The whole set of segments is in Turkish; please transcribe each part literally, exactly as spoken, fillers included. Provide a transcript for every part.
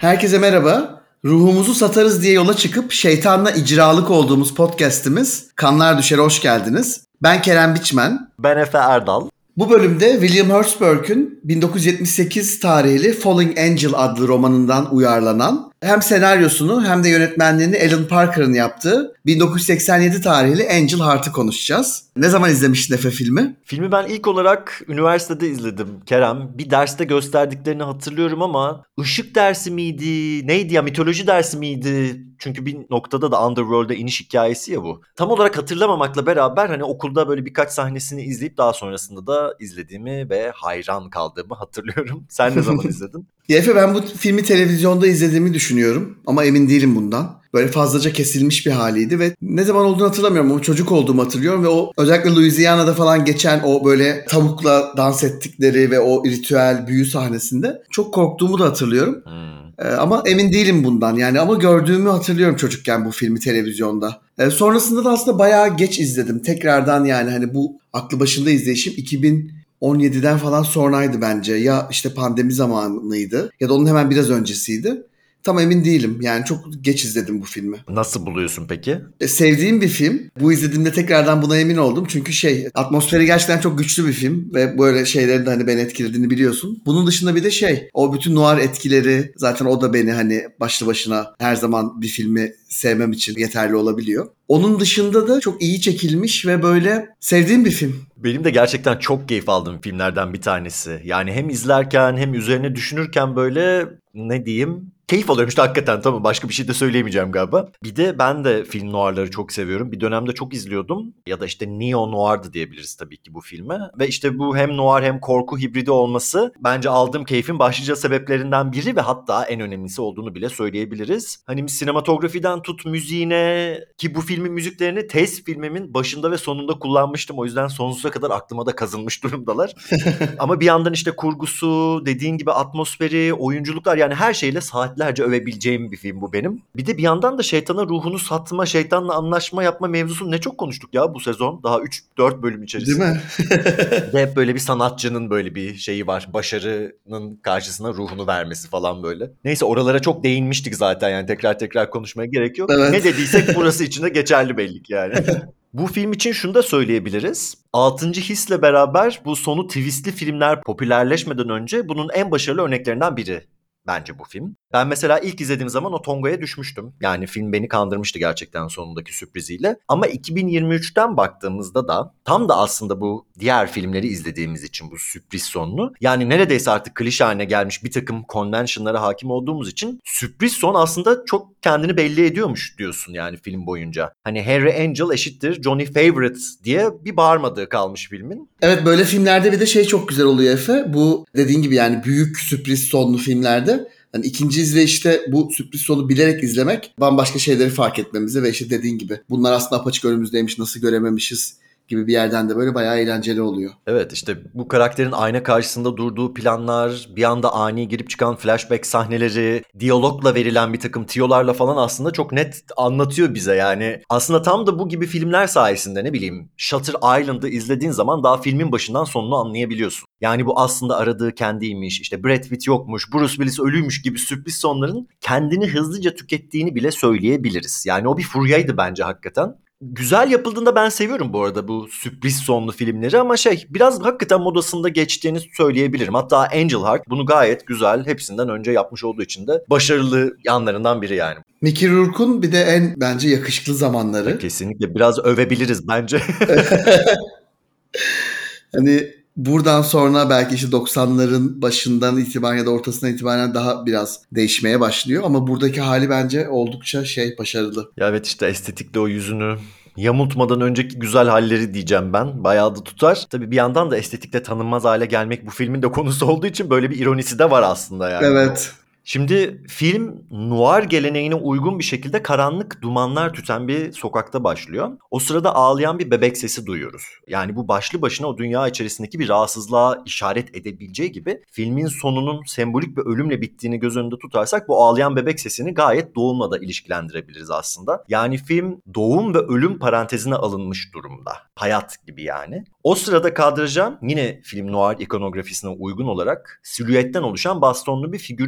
Herkese merhaba. Ruhumuzu satarız diye yola çıkıp şeytanla icralık olduğumuz podcast'imiz Kanlar Düşer'e hoş geldiniz. Ben Kerem Biçmen. Ben Efe Erdal. Bu bölümde William Hertzberg'ün bin dokuz yüz yetmiş sekiz tarihli Falling Angel adlı romanından uyarlanan hem senaryosunu hem de yönetmenliğini Alan Parker'ın yaptığı bin dokuz yüz seksen yedi tarihli Angel Heart'ı konuşacağız. Ne zaman izlemiştin Efe filmi? Filmi ben ilk olarak üniversitede izledim Kerem. Bir derste gösterdiklerini hatırlıyorum ama ışık dersi miydi, neydi ya, mitoloji dersi miydi? Çünkü bir noktada da Underworld'a iniş hikayesi ya bu. Tam olarak hatırlamamakla beraber hani okulda böyle birkaç sahnesini izleyip daha sonrasında da izlediğimi ve hayran kaldığımı hatırlıyorum. Sen ne zaman izledin? Ya Efe, ben bu filmi televizyonda izlediğimi düşünüyorum ama emin değilim bundan. Böyle fazlaca kesilmiş bir haliydi ve ne zaman olduğunu hatırlamıyorum ama çocuk olduğumu hatırlıyorum ve o özellikle Louisiana'da falan geçen o böyle tavukla dans ettikleri ve o ritüel büyü sahnesinde çok korktuğumu da hatırlıyorum. Hmm. Ee, ama emin değilim bundan yani, ama gördüğümü hatırlıyorum çocukken bu filmi televizyonda. Ee, sonrasında da aslında bayağı geç izledim tekrardan, yani hani bu aklı başında izleyişim iki bin on yediden falan sonraydı bence. Ya işte pandemi zamanıydı ya da onun hemen biraz öncesiydi. Tam emin değilim. Yani çok geç izledim bu filmi. Nasıl buluyorsun peki? E, sevdiğim bir film. Bu izlediğimde tekrardan buna emin oldum. Çünkü şey, atmosferi gerçekten çok güçlü bir film. Ve böyle şeylerin de hani beni etkilediğini biliyorsun. Bunun dışında bir de şey, o bütün noir etkileri, zaten o da beni hani başlı başına her zaman bir filmi sevmem için yeterli olabiliyor. Onun dışında da çok iyi çekilmiş ve böyle sevdiğim bir film. Benim de gerçekten çok keyif aldığım filmlerden bir tanesi. Yani hem izlerken hem üzerine düşünürken böyle ne diyeyim, keyif alıyorum işte hakikaten. Tamam, başka bir şey de söyleyemeyeceğim galiba. Bir de ben de film noirları çok seviyorum. Bir dönemde çok izliyordum. Ya da işte neo noir'dı diyebiliriz tabii ki bu filme. Ve işte bu hem noir hem korku hibridi olması bence aldığım keyfin başlıca sebeplerinden biri ve hatta en önemlisi olduğunu bile söyleyebiliriz. Hani sinematografiden tut müziğine, ki bu filmin müziklerini test filmimin başında ve sonunda kullanmıştım. O yüzden sonsuza kadar aklıma da kazınmış durumdalar. Ama bir yandan işte kurgusu, dediğin gibi atmosferi, oyunculuklar, yani her şeyle saatlerce övebileceğim bir film bu benim. Bir de bir yandan da şeytana ruhunu satma, şeytanla anlaşma yapma mevzusunu ne çok konuştuk ya bu sezon. Daha üç dört bölüm içerisinde. Değil mi? Ve hep böyle bir sanatçının böyle bir şeyi var. Başarının karşısına ruhunu vermesi falan böyle. Neyse, oralara çok değinmiştik zaten, yani tekrar tekrar konuşmaya gerek yok. Evet. Ne dediysek burası için de geçerli belli ki yani. Bu film için şunu da söyleyebiliriz. Altıncı His'le beraber bu sonu twistli filmler popülerleşmeden önce bunun en başarılı örneklerinden biri bence bu film. Ben mesela ilk izlediğim zaman o tongaya düşmüştüm. Yani film beni kandırmıştı gerçekten sonundaki sürpriziyle. Ama iki bin yirmi üçten baktığımızda da tam da aslında bu diğer filmleri izlediğimiz için bu sürpriz sonunu, yani neredeyse artık klişe haline gelmiş bir takım convention'lara hakim olduğumuz için sürpriz son aslında çok kendini belli ediyormuş diyorsun yani film boyunca. Hani Harry Angel eşittir Johnny Favorite diye bir bağırmadığı kalmış filmin. Evet, böyle filmlerde bir de şey çok güzel oluyor Efe. Bu dediğin gibi yani büyük sürpriz sonlu filmlerde yani ikinci izleyişte bu sürpriz sonu bilerek izlemek bambaşka şeyleri fark etmemizi ve işte dediğin gibi bunlar aslında apaçık önümüzdeymiş, nasıl görememişiz gibi bir yerden de böyle bayağı eğlenceli oluyor. Evet, işte bu karakterin ayna karşısında durduğu planlar, bir anda ani girip çıkan flashback sahneleri, diyalogla verilen bir takım tiyolarla falan aslında çok net anlatıyor bize yani. Aslında tam da bu gibi filmler sayesinde, ne bileyim, Shutter Island'ı izlediğin zaman daha filmin başından sonunu anlayabiliyorsun. Yani bu aslında aradığı kendiymiş, işte Brad Pitt yokmuş, Bruce Willis ölüymüş gibi sürpriz sonların kendini hızlıca tükettiğini bile söyleyebiliriz. Yani o bir furyaydı bence hakikaten. Güzel yapıldığında ben seviyorum bu arada bu sürpriz sonlu filmleri, ama şey, biraz hakikaten modasında geçtiğini söyleyebilirim. Hatta Angel Heart bunu gayet güzel, hepsinden önce yapmış olduğu için de başarılı yanlarından biri yani. Mickey Rourke'un bir de en bence yakışıklı zamanları. Kesinlikle biraz övebiliriz bence. Hani buradan sonra belki işte doksanların başından itibaren ya da ortasından itibaren daha biraz değişmeye başlıyor. Ama buradaki hali bence oldukça şey, başarılı. Ya evet, işte estetikte o yüzünü yamultmadan önceki güzel halleri diyeceğim ben. Bayağı da tutar. Tabii bir yandan da estetikte tanınmaz hale gelmek bu filmin de konusu olduğu için böyle bir ironisi de var aslında yani. Evet. Şimdi film noir geleneğine uygun bir şekilde karanlık dumanlar tüten bir sokakta başlıyor. O sırada ağlayan bir bebek sesi duyuyoruz. Yani bu başlı başına o dünya içerisindeki bir rahatsızlığa işaret edebileceği gibi filmin sonunun sembolik bir ölümle bittiğini göz önünde tutarsak bu ağlayan bebek sesini gayet doğumla da ilişkilendirebiliriz aslında. Yani film doğum ve ölüm parantezine alınmış durumda. Hayat gibi yani. O sırada kadraja yine film noir ikonografisine uygun olarak silüetten oluşan bastonlu bir figür giriyor.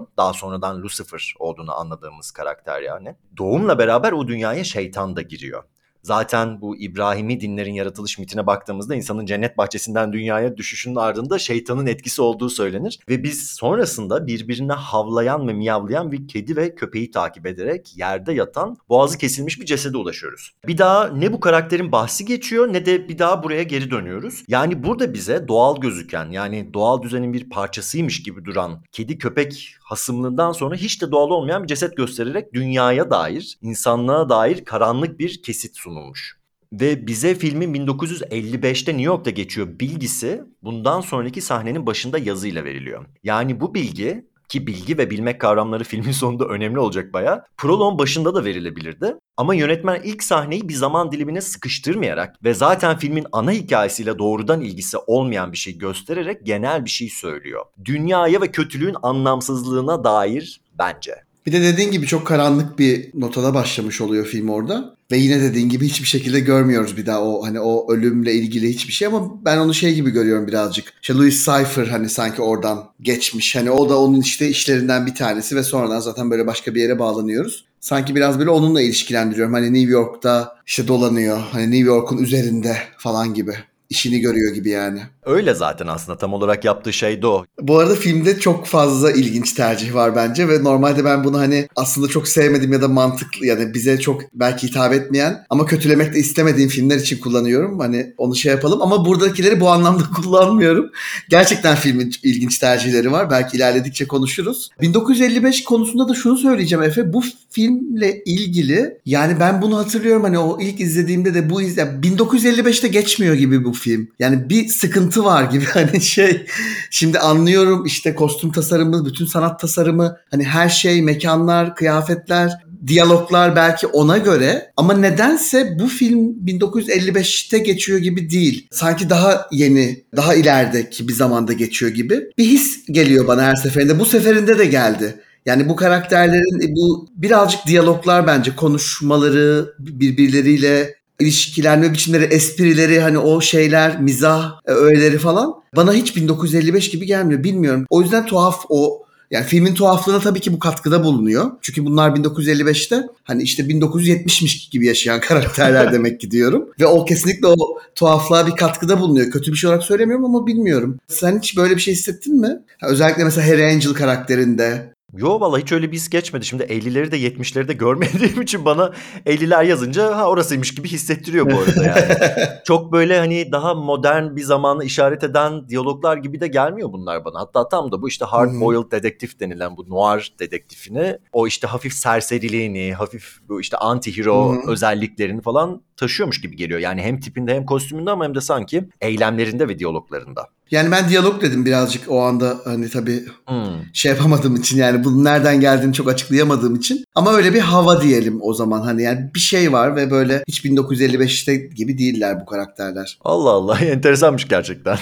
Daha sonradan Lucifer olduğunu anladığımız karakter yani. Doğumla beraber o dünyaya şeytan da giriyor. Zaten bu İbrahimi dinlerin yaratılış mitine baktığımızda insanın cennet bahçesinden dünyaya düşüşünün ardında şeytanın etkisi olduğu söylenir. Ve biz sonrasında birbirine havlayan ve miyavlayan bir kedi ve köpeği takip ederek yerde yatan, boğazı kesilmiş bir cesede ulaşıyoruz. Bir daha ne bu karakterin bahsi geçiyor ne de bir daha buraya geri dönüyoruz. Yani burada bize doğal gözüken, yani doğal düzenin bir parçasıymış gibi duran kedi köpek hasımlığından sonra hiç de doğal olmayan bir ceset göstererek dünyaya dair, insanlığa dair karanlık bir kesit sunulmuş. Ve bize filmin bin dokuz yüz elli beşte New York'ta geçiyor bilgisi bundan sonraki sahnenin başında yazıyla veriliyor. Yani bu bilgi, ki bilgi ve bilmek kavramları filmin sonunda önemli olacak bayağı, proloğun başında da verilebilirdi. Ama yönetmen ilk sahneyi bir zaman dilimine sıkıştırmayarak ve zaten filmin ana hikayesiyle doğrudan ilgisi olmayan bir şey göstererek genel bir şey söylüyor. Dünyaya ve kötülüğün anlamsızlığına dair bence. Bir de dediğin gibi çok karanlık bir notada başlamış oluyor film orada. Ve yine dediğin gibi hiçbir şekilde görmüyoruz bir daha o hani o ölümle ilgili hiçbir şey, ama ben onu şey gibi görüyorum birazcık. İşte Louis Cypher hani sanki oradan geçmiş. Hani o da onun işte işlerinden bir tanesi ve sonradan zaten böyle başka bir yere bağlanıyoruz. Sanki biraz böyle onunla ilişkilendiriyorum. Hani New York'ta işte dolanıyor. Hani New York'un üzerinde falan gibi. İşini görüyor gibi yani. Öyle zaten aslında tam olarak yaptığı şey de o. Bu arada filmde çok fazla ilginç tercih var bence ve normalde ben bunu hani aslında çok sevmediğim ya da mantıklı yani bize çok belki hitap etmeyen ama kötülemek de istemediğim filmler için kullanıyorum. Hani onu şey yapalım ama buradakileri bu anlamda kullanmıyorum. Gerçekten filmin ilginç tercihleri var. Belki ilerledikçe konuşuruz. bin dokuz yüz elli beş konusunda da şunu söyleyeceğim Efe. Bu filmle ilgili yani ben bunu hatırlıyorum hani o ilk izlediğimde de bu iz yani bin dokuz yüz elli beşte geçmiyor gibi bu film. Yani bir sıkıntı var gibi hani şey şimdi anlıyorum işte kostüm tasarımı, bütün sanat tasarımı hani her şey, mekanlar, kıyafetler, diyaloglar belki ona göre ama nedense bu film bin dokuz yüz elli beşte geçiyor gibi değil. Sanki daha yeni, daha ilerideki bir zamanda geçiyor gibi bir his geliyor bana her seferinde. Bu seferinde de geldi. Yani bu karakterlerin bu birazcık diyaloglar bence konuşmaları birbirleriyle ilişkilenme biçimleri, esprileri hani o şeyler, mizah öğeleri falan bana hiç bin dokuz yüz elli beş gibi gelmiyor. Bilmiyorum. O yüzden tuhaf o yani filmin tuhaflığına tabii ki bu katkıda bulunuyor. Çünkü bunlar bin dokuz yüz elli beşte hani işte bin dokuz yüz yetmişmiş gibi yaşayan karakterler demek ki diyorum. Ve o kesinlikle o tuhaflığa bir katkıda bulunuyor. Kötü bir şey olarak söylemiyorum ama bilmiyorum. Sen hiç böyle bir şey hissettin mi? Özellikle mesela Harry Angel karakterinde. Yo valla hiç öyle bir his geçmedi. Şimdi ellileri de yetmişleri de görmediğim için bana elliler yazınca ha orasıymış gibi hissettiriyor bu arada yani. Çok böyle hani daha modern bir zamanı işaret eden diyaloglar gibi de gelmiyor bunlar bana. Hatta tam da bu işte hard boiled dedektif denilen bu noir dedektifini o işte hafif serseriliğini, hafif bu işte anti-hero özelliklerini falan taşıyormuş gibi geliyor. Yani hem tipinde hem kostümünde ama hem de sanki eylemlerinde ve diyaloglarında. Yani ben diyalog dedim birazcık o anda hani tabii Hmm. şey yapamadığım için yani bunun nereden geldiğini çok açıklayamadığım için ama öyle bir hava diyelim o zaman hani yani bir şey var ve böyle hiç bin dokuz yüz elli beşte gibi değiller bu karakterler. Allah Allah enteresanmış gerçekten.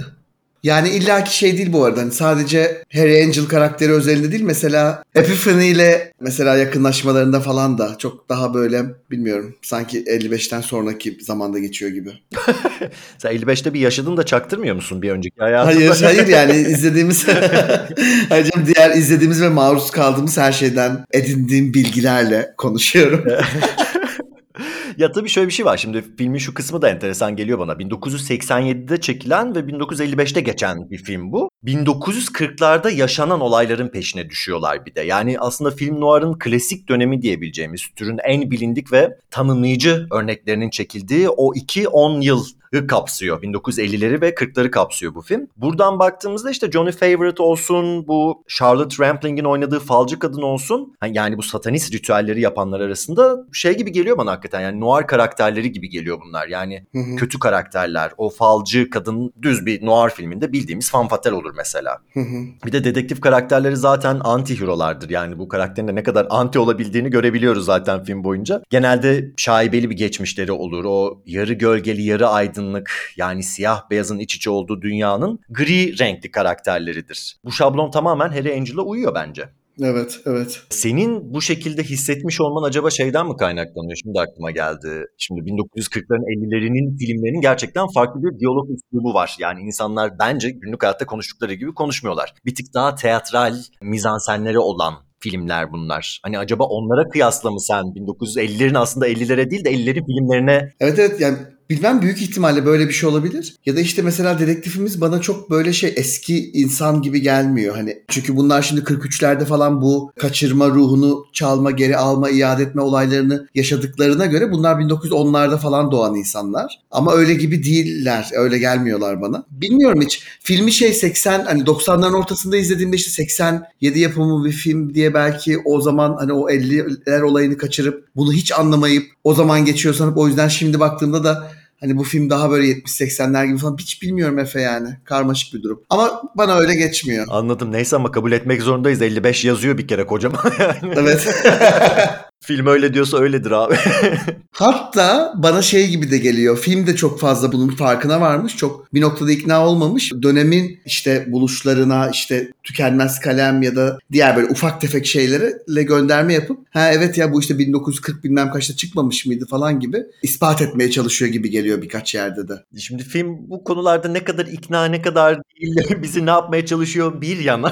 Yani illaki şey değil bu arada. Hani sadece Harry Angel karakteri özelinde değil. Mesela Epiphany ile mesela yakınlaşmalarında falan da çok daha böyle bilmiyorum. Sanki elli beşten sonraki zamanda geçiyor gibi. Sen elli beşte bir yaşadın da çaktırmıyor musun bir önceki hayatında? Hayır hayır yani izlediğimiz hayır canım, diğer izlediğimiz ve maruz kaldığımız her şeyden edindiğim bilgilerle konuşuyorum. Ya tabii şöyle bir şey var. Şimdi filmin şu kısmı da enteresan geliyor bana. bin dokuz yüz seksen yedide çekilen ve bin dokuz yüz elli beşte geçen bir film bu. bin dokuz yüz kırklarda yaşanan olayların peşine düşüyorlar bir de. Yani aslında film noir'ın klasik dönemi diyebileceğimiz türün en bilindik ve tanımlayıcı örneklerinin çekildiği o iki on yıl kapsıyor. bin dokuz yüz ellileri ve kırkları kapsıyor bu film. Buradan baktığımızda işte Johnny Favorite olsun, bu Charlotte Rampling'in oynadığı falcı kadın olsun. Yani bu satanist ritüelleri yapanlar arasında şey gibi geliyor bana hakikaten. Yani noir karakterleri gibi geliyor bunlar. Yani hı hı. kötü karakterler. O falcı kadın düz bir noir filminde bildiğimiz femme fatale olur mesela. Hı hı. Bir de dedektif karakterleri zaten anti-hero'lardır. Yani bu karakterin de ne kadar anti olabildiğini görebiliyoruz zaten film boyunca. Genelde şaibeli bir geçmişleri olur. O yarı gölgeli, yarı aydınlık, yani siyah beyazın iç içe olduğu dünyanın gri renkli karakterleridir. Bu şablon tamamen Harry Angel'a uyuyor bence. Evet, evet. Senin bu şekilde hissetmiş olman acaba şeyden mi kaynaklanıyor? Şimdi aklıma geldi. Şimdi bin dokuz yüz kırkların ellilerinin filmlerinin gerçekten farklı bir diyalog üslubu var. Yani insanlar bence günlük hayatta konuştukları gibi konuşmuyorlar. Bir tık daha teatral mizansenleri olan filmler bunlar. Hani acaba onlara kıyasla mı sen bin dokuz yüz ellilerin aslında ellilere değil de ellilerin filmlerine... Evet, evet, yani bilmem, büyük ihtimalle böyle bir şey olabilir. Ya da işte mesela dedektifimiz bana çok böyle şey, eski insan gibi gelmiyor. Hani çünkü bunlar şimdi kırk üçlerde falan bu kaçırma ruhunu çalma, geri alma, iade etme olaylarını yaşadıklarına göre bunlar bin dokuz yüz onlarda falan doğan insanlar. Ama öyle gibi değiller. Öyle gelmiyorlar bana. Bilmiyorum hiç. Filmi şey seksen, hani doksanların ortasında izlediğimde işte seksen yedi yapımı bir film diye belki o zaman hani o elliler olayını kaçırıp bunu hiç anlamayıp o zaman geçiyor sanıp, o yüzden şimdi baktığımda da hani bu film daha böyle yetmiş seksenler gibi falan, hiç bilmiyorum Efe yani. Karmaşık bir durum. Ama bana öyle geçmiyor. Anladım, neyse ama kabul etmek zorundayız. elli beş yazıyor bir kere kocaman yani. Evet. Film öyle diyorsa öyledir abi. Hatta bana şey gibi de geliyor. Film de çok fazla bunun farkına varmış. Çok bir noktada ikna olmamış. Dönemin işte buluşlarına, işte tükenmez kalem ya da diğer böyle ufak tefek şeylerle gönderme yapıp ha evet ya bu işte bin dokuz yüz kırk bilmem kaçta çıkmamış mıydı falan gibi ispat etmeye çalışıyor gibi geliyor birkaç yerde de. Şimdi film bu konularda ne kadar ikna, ne kadar değil, bizi ne yapmaya çalışıyor bir yana.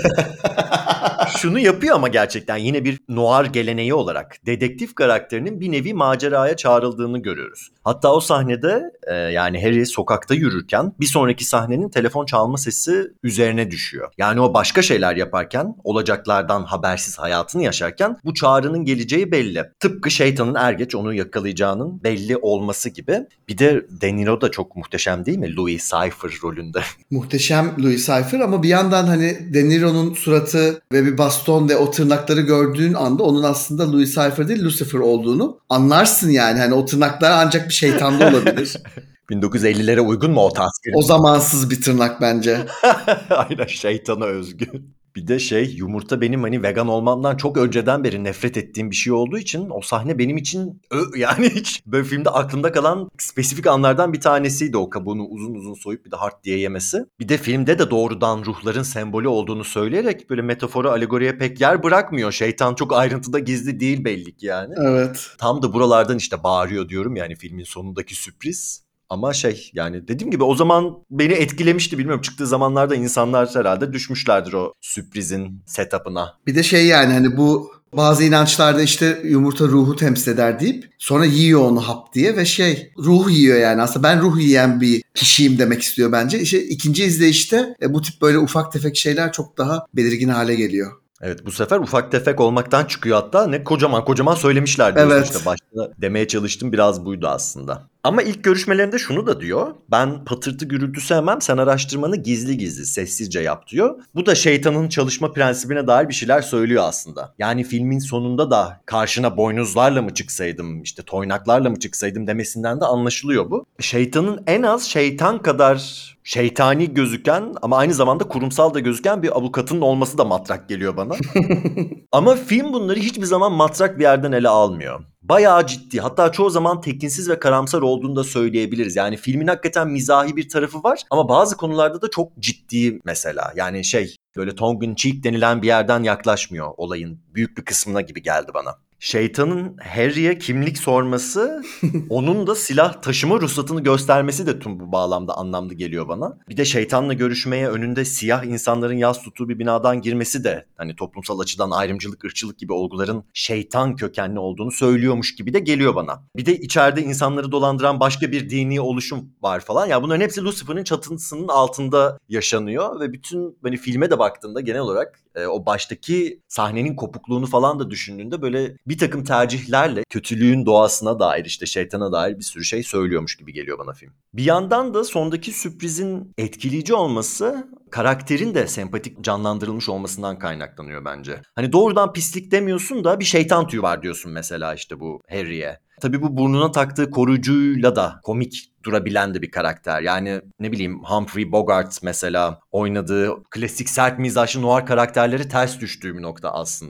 Şunu yapıyor ama gerçekten yine bir noir geleneği olarak dedektif karakterinin bir nevi maceraya çağrıldığını görüyoruz. Hatta o sahnede e, yani Harry sokakta yürürken bir sonraki sahnenin telefon çalma sesi üzerine düşüyor. Yani o başka şeyler yaparken, olacaklardan habersiz hayatını yaşarken bu çağrının geleceği belli. Tıpkı şeytanın er geç onu yakalayacağının belli olması gibi. Bir de De Niro da çok muhteşem değil mi? Louis Cypher rolünde. Muhteşem Louis Cypher ama bir yandan hani De Niro'nun suratı ve bir baston ve o tırnakları gördüğün anda onun aslında Louis Cypher değil Lucifer olduğunu anlarsın yani. Hani o tırnaklar ancak bir şeytanda olabilir. bin dokuz yüz ellilere uygun mu o tasvir? O zamansız bir tırnak bence. Aynen, şeytana özgü. Bir de şey, yumurta benim hani vegan olmamdan çok önceden beri nefret ettiğim bir şey olduğu için o sahne benim için ö- yani hiç böyle filmde aklımda kalan spesifik anlardan bir tanesiydi, o kabuğunu uzun uzun soyup bir de hard diye yemesi. Bir de filmde de doğrudan ruhların sembolü olduğunu söyleyerek böyle metafora, alegoriye pek yer bırakmıyor. Şeytan çok ayrıntıda gizli değil belli ki yani. Evet. Tam da buralardan işte bağırıyor diyorum yani filmin sonundaki sürpriz. Ama şey yani dediğim gibi o zaman beni etkilemişti, bilmiyorum. Çıktığı zamanlarda insanlar herhalde düşmüşlerdir o sürprizin setup'ına. Bir de şey yani hani bu bazı inançlarda işte yumurta ruhu temsil eder deyip sonra yiyor onu hap diye ve şey ruh yiyor yani. Aslında ben ruh yiyen bir kişiyim demek istiyor bence. İşte ikinci izleyişte e, bu tip böyle ufak tefek şeyler çok daha belirgin hale geliyor. Evet, bu sefer ufak tefek olmaktan çıkıyor, hatta ne kocaman kocaman söylemişler diyorsun Evet. işte, başta demeye çalıştım biraz buydu aslında. Ama ilk görüşmelerinde şunu da diyor: ben patırtı gürültü sevmem, sen araştırmanı gizli gizli sessizce yap diyor. Bu da şeytanın çalışma prensibine dair bir şeyler söylüyor aslında. Yani filmin sonunda da karşına boynuzlarla mı çıksaydım, işte toynaklarla mı çıksaydım demesinden de anlaşılıyor bu. Şeytanın en az şeytan kadar şeytani gözüken ama aynı zamanda kurumsal da gözüken bir avukatının olması da matrak geliyor bana. Ama film bunları hiçbir zaman matrak bir yerden ele almıyor. Bayağı ciddi, hatta çoğu zaman tekinsiz ve karamsar olduğunu da söyleyebiliriz. Yani filmin hakikaten mizahi bir tarafı var ama bazı konularda da çok ciddi mesela. Yani şey, böyle tongue in cheek denilen bir yerden yaklaşmıyor olayın büyük bir kısmına gibi geldi bana. Şeytanın Harry'e kimlik sorması, onun da silah taşıma ruhsatını göstermesi de tüm bu bağlamda anlamlı geliyor bana. Bir de şeytanla görüşmeye önünde siyah insanların yas tuttuğu bir binadan girmesi de hani toplumsal açıdan ayrımcılık, ırkçılık gibi olguların şeytan kökenli olduğunu söylüyormuş gibi de geliyor bana. Bir de içeride insanları dolandıran başka bir dini oluşum var falan. Ya bunların hepsi Lucifer'ın çatısının altında yaşanıyor ve bütün hani filme de baktığında genel olarak e, o baştaki sahnenin kopukluğunu falan da düşündüğünde böyle bir takım tercihlerle kötülüğün doğasına dair, işte şeytana dair bir sürü şey söylüyormuş gibi geliyor bana film. Bir yandan da sondaki sürprizin etkileyici olması karakterin de sempatik canlandırılmış olmasından kaynaklanıyor bence. Hani doğrudan pislik demiyorsun da bir şeytan tüyü var diyorsun mesela işte bu Harry'e. Tabii bu burnuna taktığı koruyucuyla da komik durabilen de bir karakter. Yani ne bileyim, Humphrey Bogart mesela oynadığı klasik sert mizaçlı noir karakterleri ters düştüğü bir nokta aslında.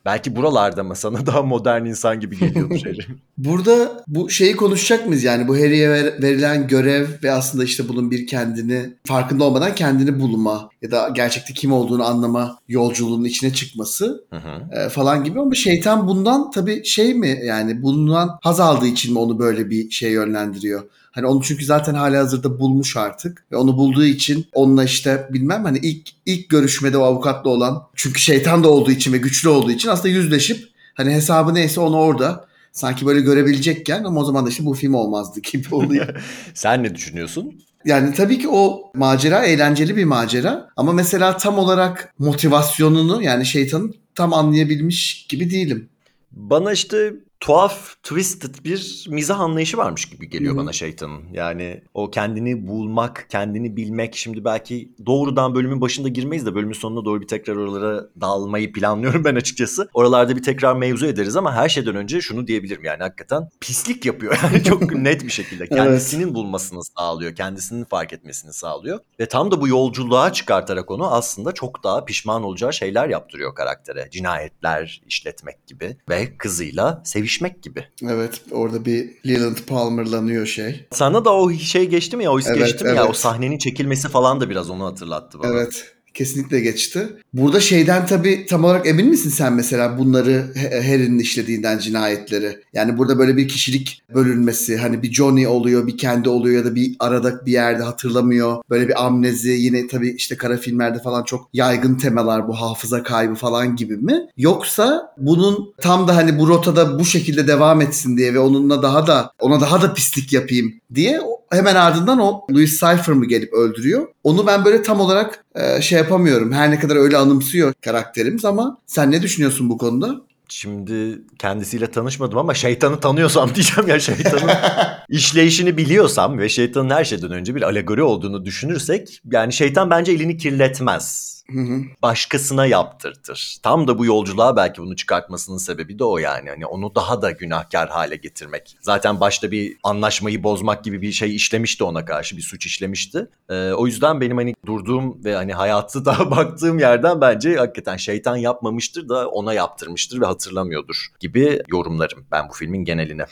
Belki buralarda mı sana daha modern insan gibi geliyordur Harry? Burada bu şeyi konuşacak mıyız yani bu Harry'e ver- verilen görev ve aslında işte bunun bir kendini farkında olmadan kendini bulma ya da gerçekte kim olduğunu anlama yolculuğunun içine çıkması Hı hı. e, falan gibi ama şeytan bundan tabii şey mi yani bundan haz aldığı için mi onu böyle bir şey yönlendiriyor? Hani onu çünkü zaten halihazırda bulmuş artık ve onu bulduğu için onunla işte bilmem hani ilk ilk görüşmede o avukatla olan çünkü şeytan da olduğu için ve güçlü olduğu için aslında yüzleşip hani hesabı neyse onu orada sanki böyle görebilecekken ama o zaman da işte bu film olmazdı gibi oluyor. Sen ne düşünüyorsun? Yani tabii ki o macera eğlenceli bir macera ama mesela tam olarak motivasyonunu yani şeytanın tam anlayabilmiş gibi değilim. Bana işte tuhaf, twisted bir mizah anlayışı varmış gibi Hı geliyor hı. bana şeytanın. Yani o kendini bulmak, kendini bilmek. Şimdi belki doğrudan bölümün başında girmeyiz de bölümün sonuna doğru bir tekrar oralara dalmayı planlıyorum ben açıkçası. Oralarda bir tekrar mevzu ederiz ama her şeyden önce şunu diyebilirim yani hakikaten pislik yapıyor. Yani çok net bir şekilde Evet. kendisinin bulmasını sağlıyor, kendisinin fark etmesini sağlıyor. Ve tam da bu yolculuğa çıkartarak onu aslında çok daha pişman olacağı şeyler yaptırıyor karaktere. Cinayetler işletmek gibi ve kızıyla sevişmek gibi. Evet. Orada bir Leland Palmer'lanıyor şey. Sana da o şey geçti mi ya, o his Evet, geçti mi ya? O evet. sahnenin çekilmesi falan da biraz onu hatırlattı bana. Evet. Kesinlikle geçti. Burada şeyden tabii tam olarak emin misin sen mesela bunları H- Harry'nin işlediğinden cinayetleri? Yani burada böyle bir kişilik bölünmesi hani bir Johnny oluyor bir kendi oluyor ya da bir arada bir yerde hatırlamıyor. Böyle bir amnezi yine tabii işte kara filmlerde falan çok yaygın temalar bu hafıza kaybı falan gibi mi? Yoksa bunun tam da hani bu rotada bu şekilde devam etsin diye ve onunla daha da ona daha da pislik yapayım diye hemen ardından o Louis Cypher mı gelip öldürüyor. Onu ben böyle tam olarak e, şey yapamıyorum. Her ne kadar öyle anımsıyor karakterimiz ama sen ne düşünüyorsun bu konuda? Şimdi kendisiyle tanışmadım ama şeytanı tanıyorsam diyeceğim ya, şeytanın işleyişini biliyorsam ve şeytanın her şeyden önce bir alegori olduğunu düşünürsek yani şeytan bence elini kirletmez. Hı hı. Başkasına yaptırtır. Tam da bu yolculuğa belki bunu çıkartmasının sebebi de o yani. Hani onu daha da günahkar hale getirmek. Zaten başta bir anlaşmayı bozmak gibi bir şey işlemişti ona karşı. Bir suç işlemişti. Ee, o yüzden benim hani durduğum ve hani hayatı daha baktığım yerden bence hakikaten şeytan yapmamıştır da ona yaptırmıştır ve hatırlamıyordur gibi yorumlarım ben bu filmin geneline.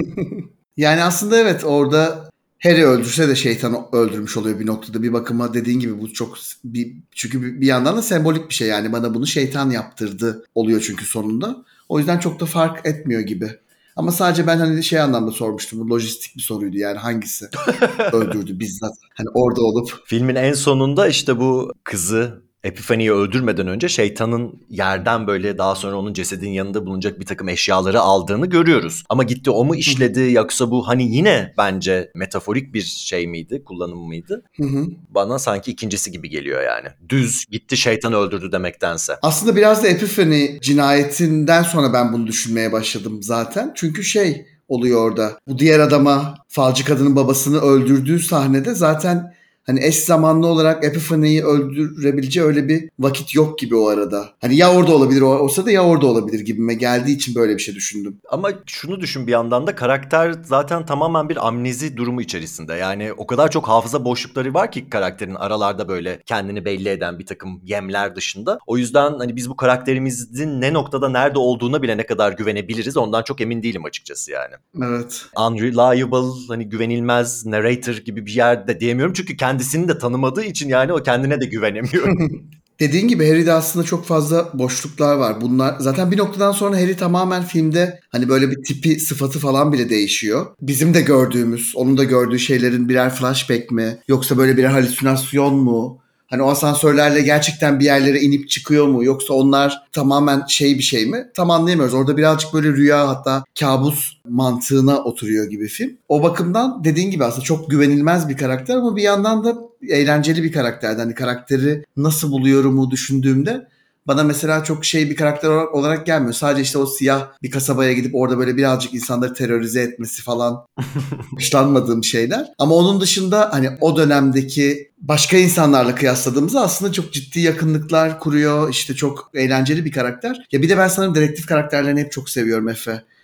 Yani aslında evet orada Harry öldürse de şeytanı öldürmüş oluyor bir noktada. Bir bakıma dediğin gibi bu çok bir, çünkü bir, bir yandan da sembolik bir şey yani bana bunu şeytan yaptırdı oluyor çünkü sonunda. O yüzden çok da fark etmiyor gibi. Ama sadece ben hani şey anlamda sormuştum. Bu lojistik bir soruydu yani hangisi öldürdü bizzat. Hani orada olup. Filmin en sonunda işte bu kızı Epiphany'yi öldürmeden önce şeytanın yerden böyle daha sonra onun cesedinin yanında bulunacak bir takım eşyaları aldığını görüyoruz. Ama gitti o mu işledi yoksa bu hani yine bence metaforik bir şey miydi, kullanım mıydı? Hı hı. Bana sanki ikincisi gibi geliyor yani. Düz gitti şeytan öldürdü demektense. Aslında biraz da Epiphany cinayetinden sonra ben bunu düşünmeye başladım zaten. Çünkü şey oluyor orada. Bu diğer adama falcı kadının babasını öldürdüğü sahnede zaten hani eş zamanlı olarak Epiphany'yi öldürebileceği öyle bir vakit yok gibi o arada. Hani ya orada olabilir olsa da ya orada olabilir gibime geldiği için böyle bir şey düşündüm. Ama şunu düşün bir yandan da karakter zaten tamamen bir amnezi durumu içerisinde. Yani o kadar çok hafıza boşlukları var ki karakterin aralarda böyle kendini belli eden bir takım yemler dışında. O yüzden hani biz bu karakterimizin ne noktada nerede olduğuna bile ne kadar güvenebiliriz ondan çok emin değilim açıkçası yani. Evet. Unreliable, hani güvenilmez narrator gibi bir yerde diyemiyorum çünkü kendisini de tanımadığı için yani o kendine de güvenemiyor. Dediğin gibi Harry'de aslında çok fazla boşluklar var. Bunlar zaten bir noktadan sonra Harry tamamen filmde hani böyle bir tipi, sıfatı falan bile değişiyor. Bizim de gördüğümüz, onun da gördüğü şeylerin birer flashback mi? Yoksa böyle birer halüsinasyon mu? Hani o asansörlerle gerçekten bir yerlere inip çıkıyor mu? Yoksa onlar tamamen şey bir şey mi? Tam anlayamıyoruz. Orada birazcık böyle rüya hatta kabus mantığına oturuyor gibi film. O bakımdan dediğin gibi aslında çok güvenilmez bir karakter ama bir yandan da eğlenceli bir karakterdi. Hani karakteri nasıl buluyorumu düşündüğümde bana mesela çok şey bir karakter olarak, olarak gelmiyor. Sadece işte o siyah bir kasabaya gidip orada böyle birazcık insanları terörize etmesi falan hoşlanmadığım şeyler. Ama onun dışında hani o dönemdeki başka insanlarla kıyasladığımızda aslında çok ciddi yakınlıklar kuruyor. İşte çok eğlenceli bir karakter. Ya bir de ben sanırım dedektif karakterlerini hep çok seviyorum Efe.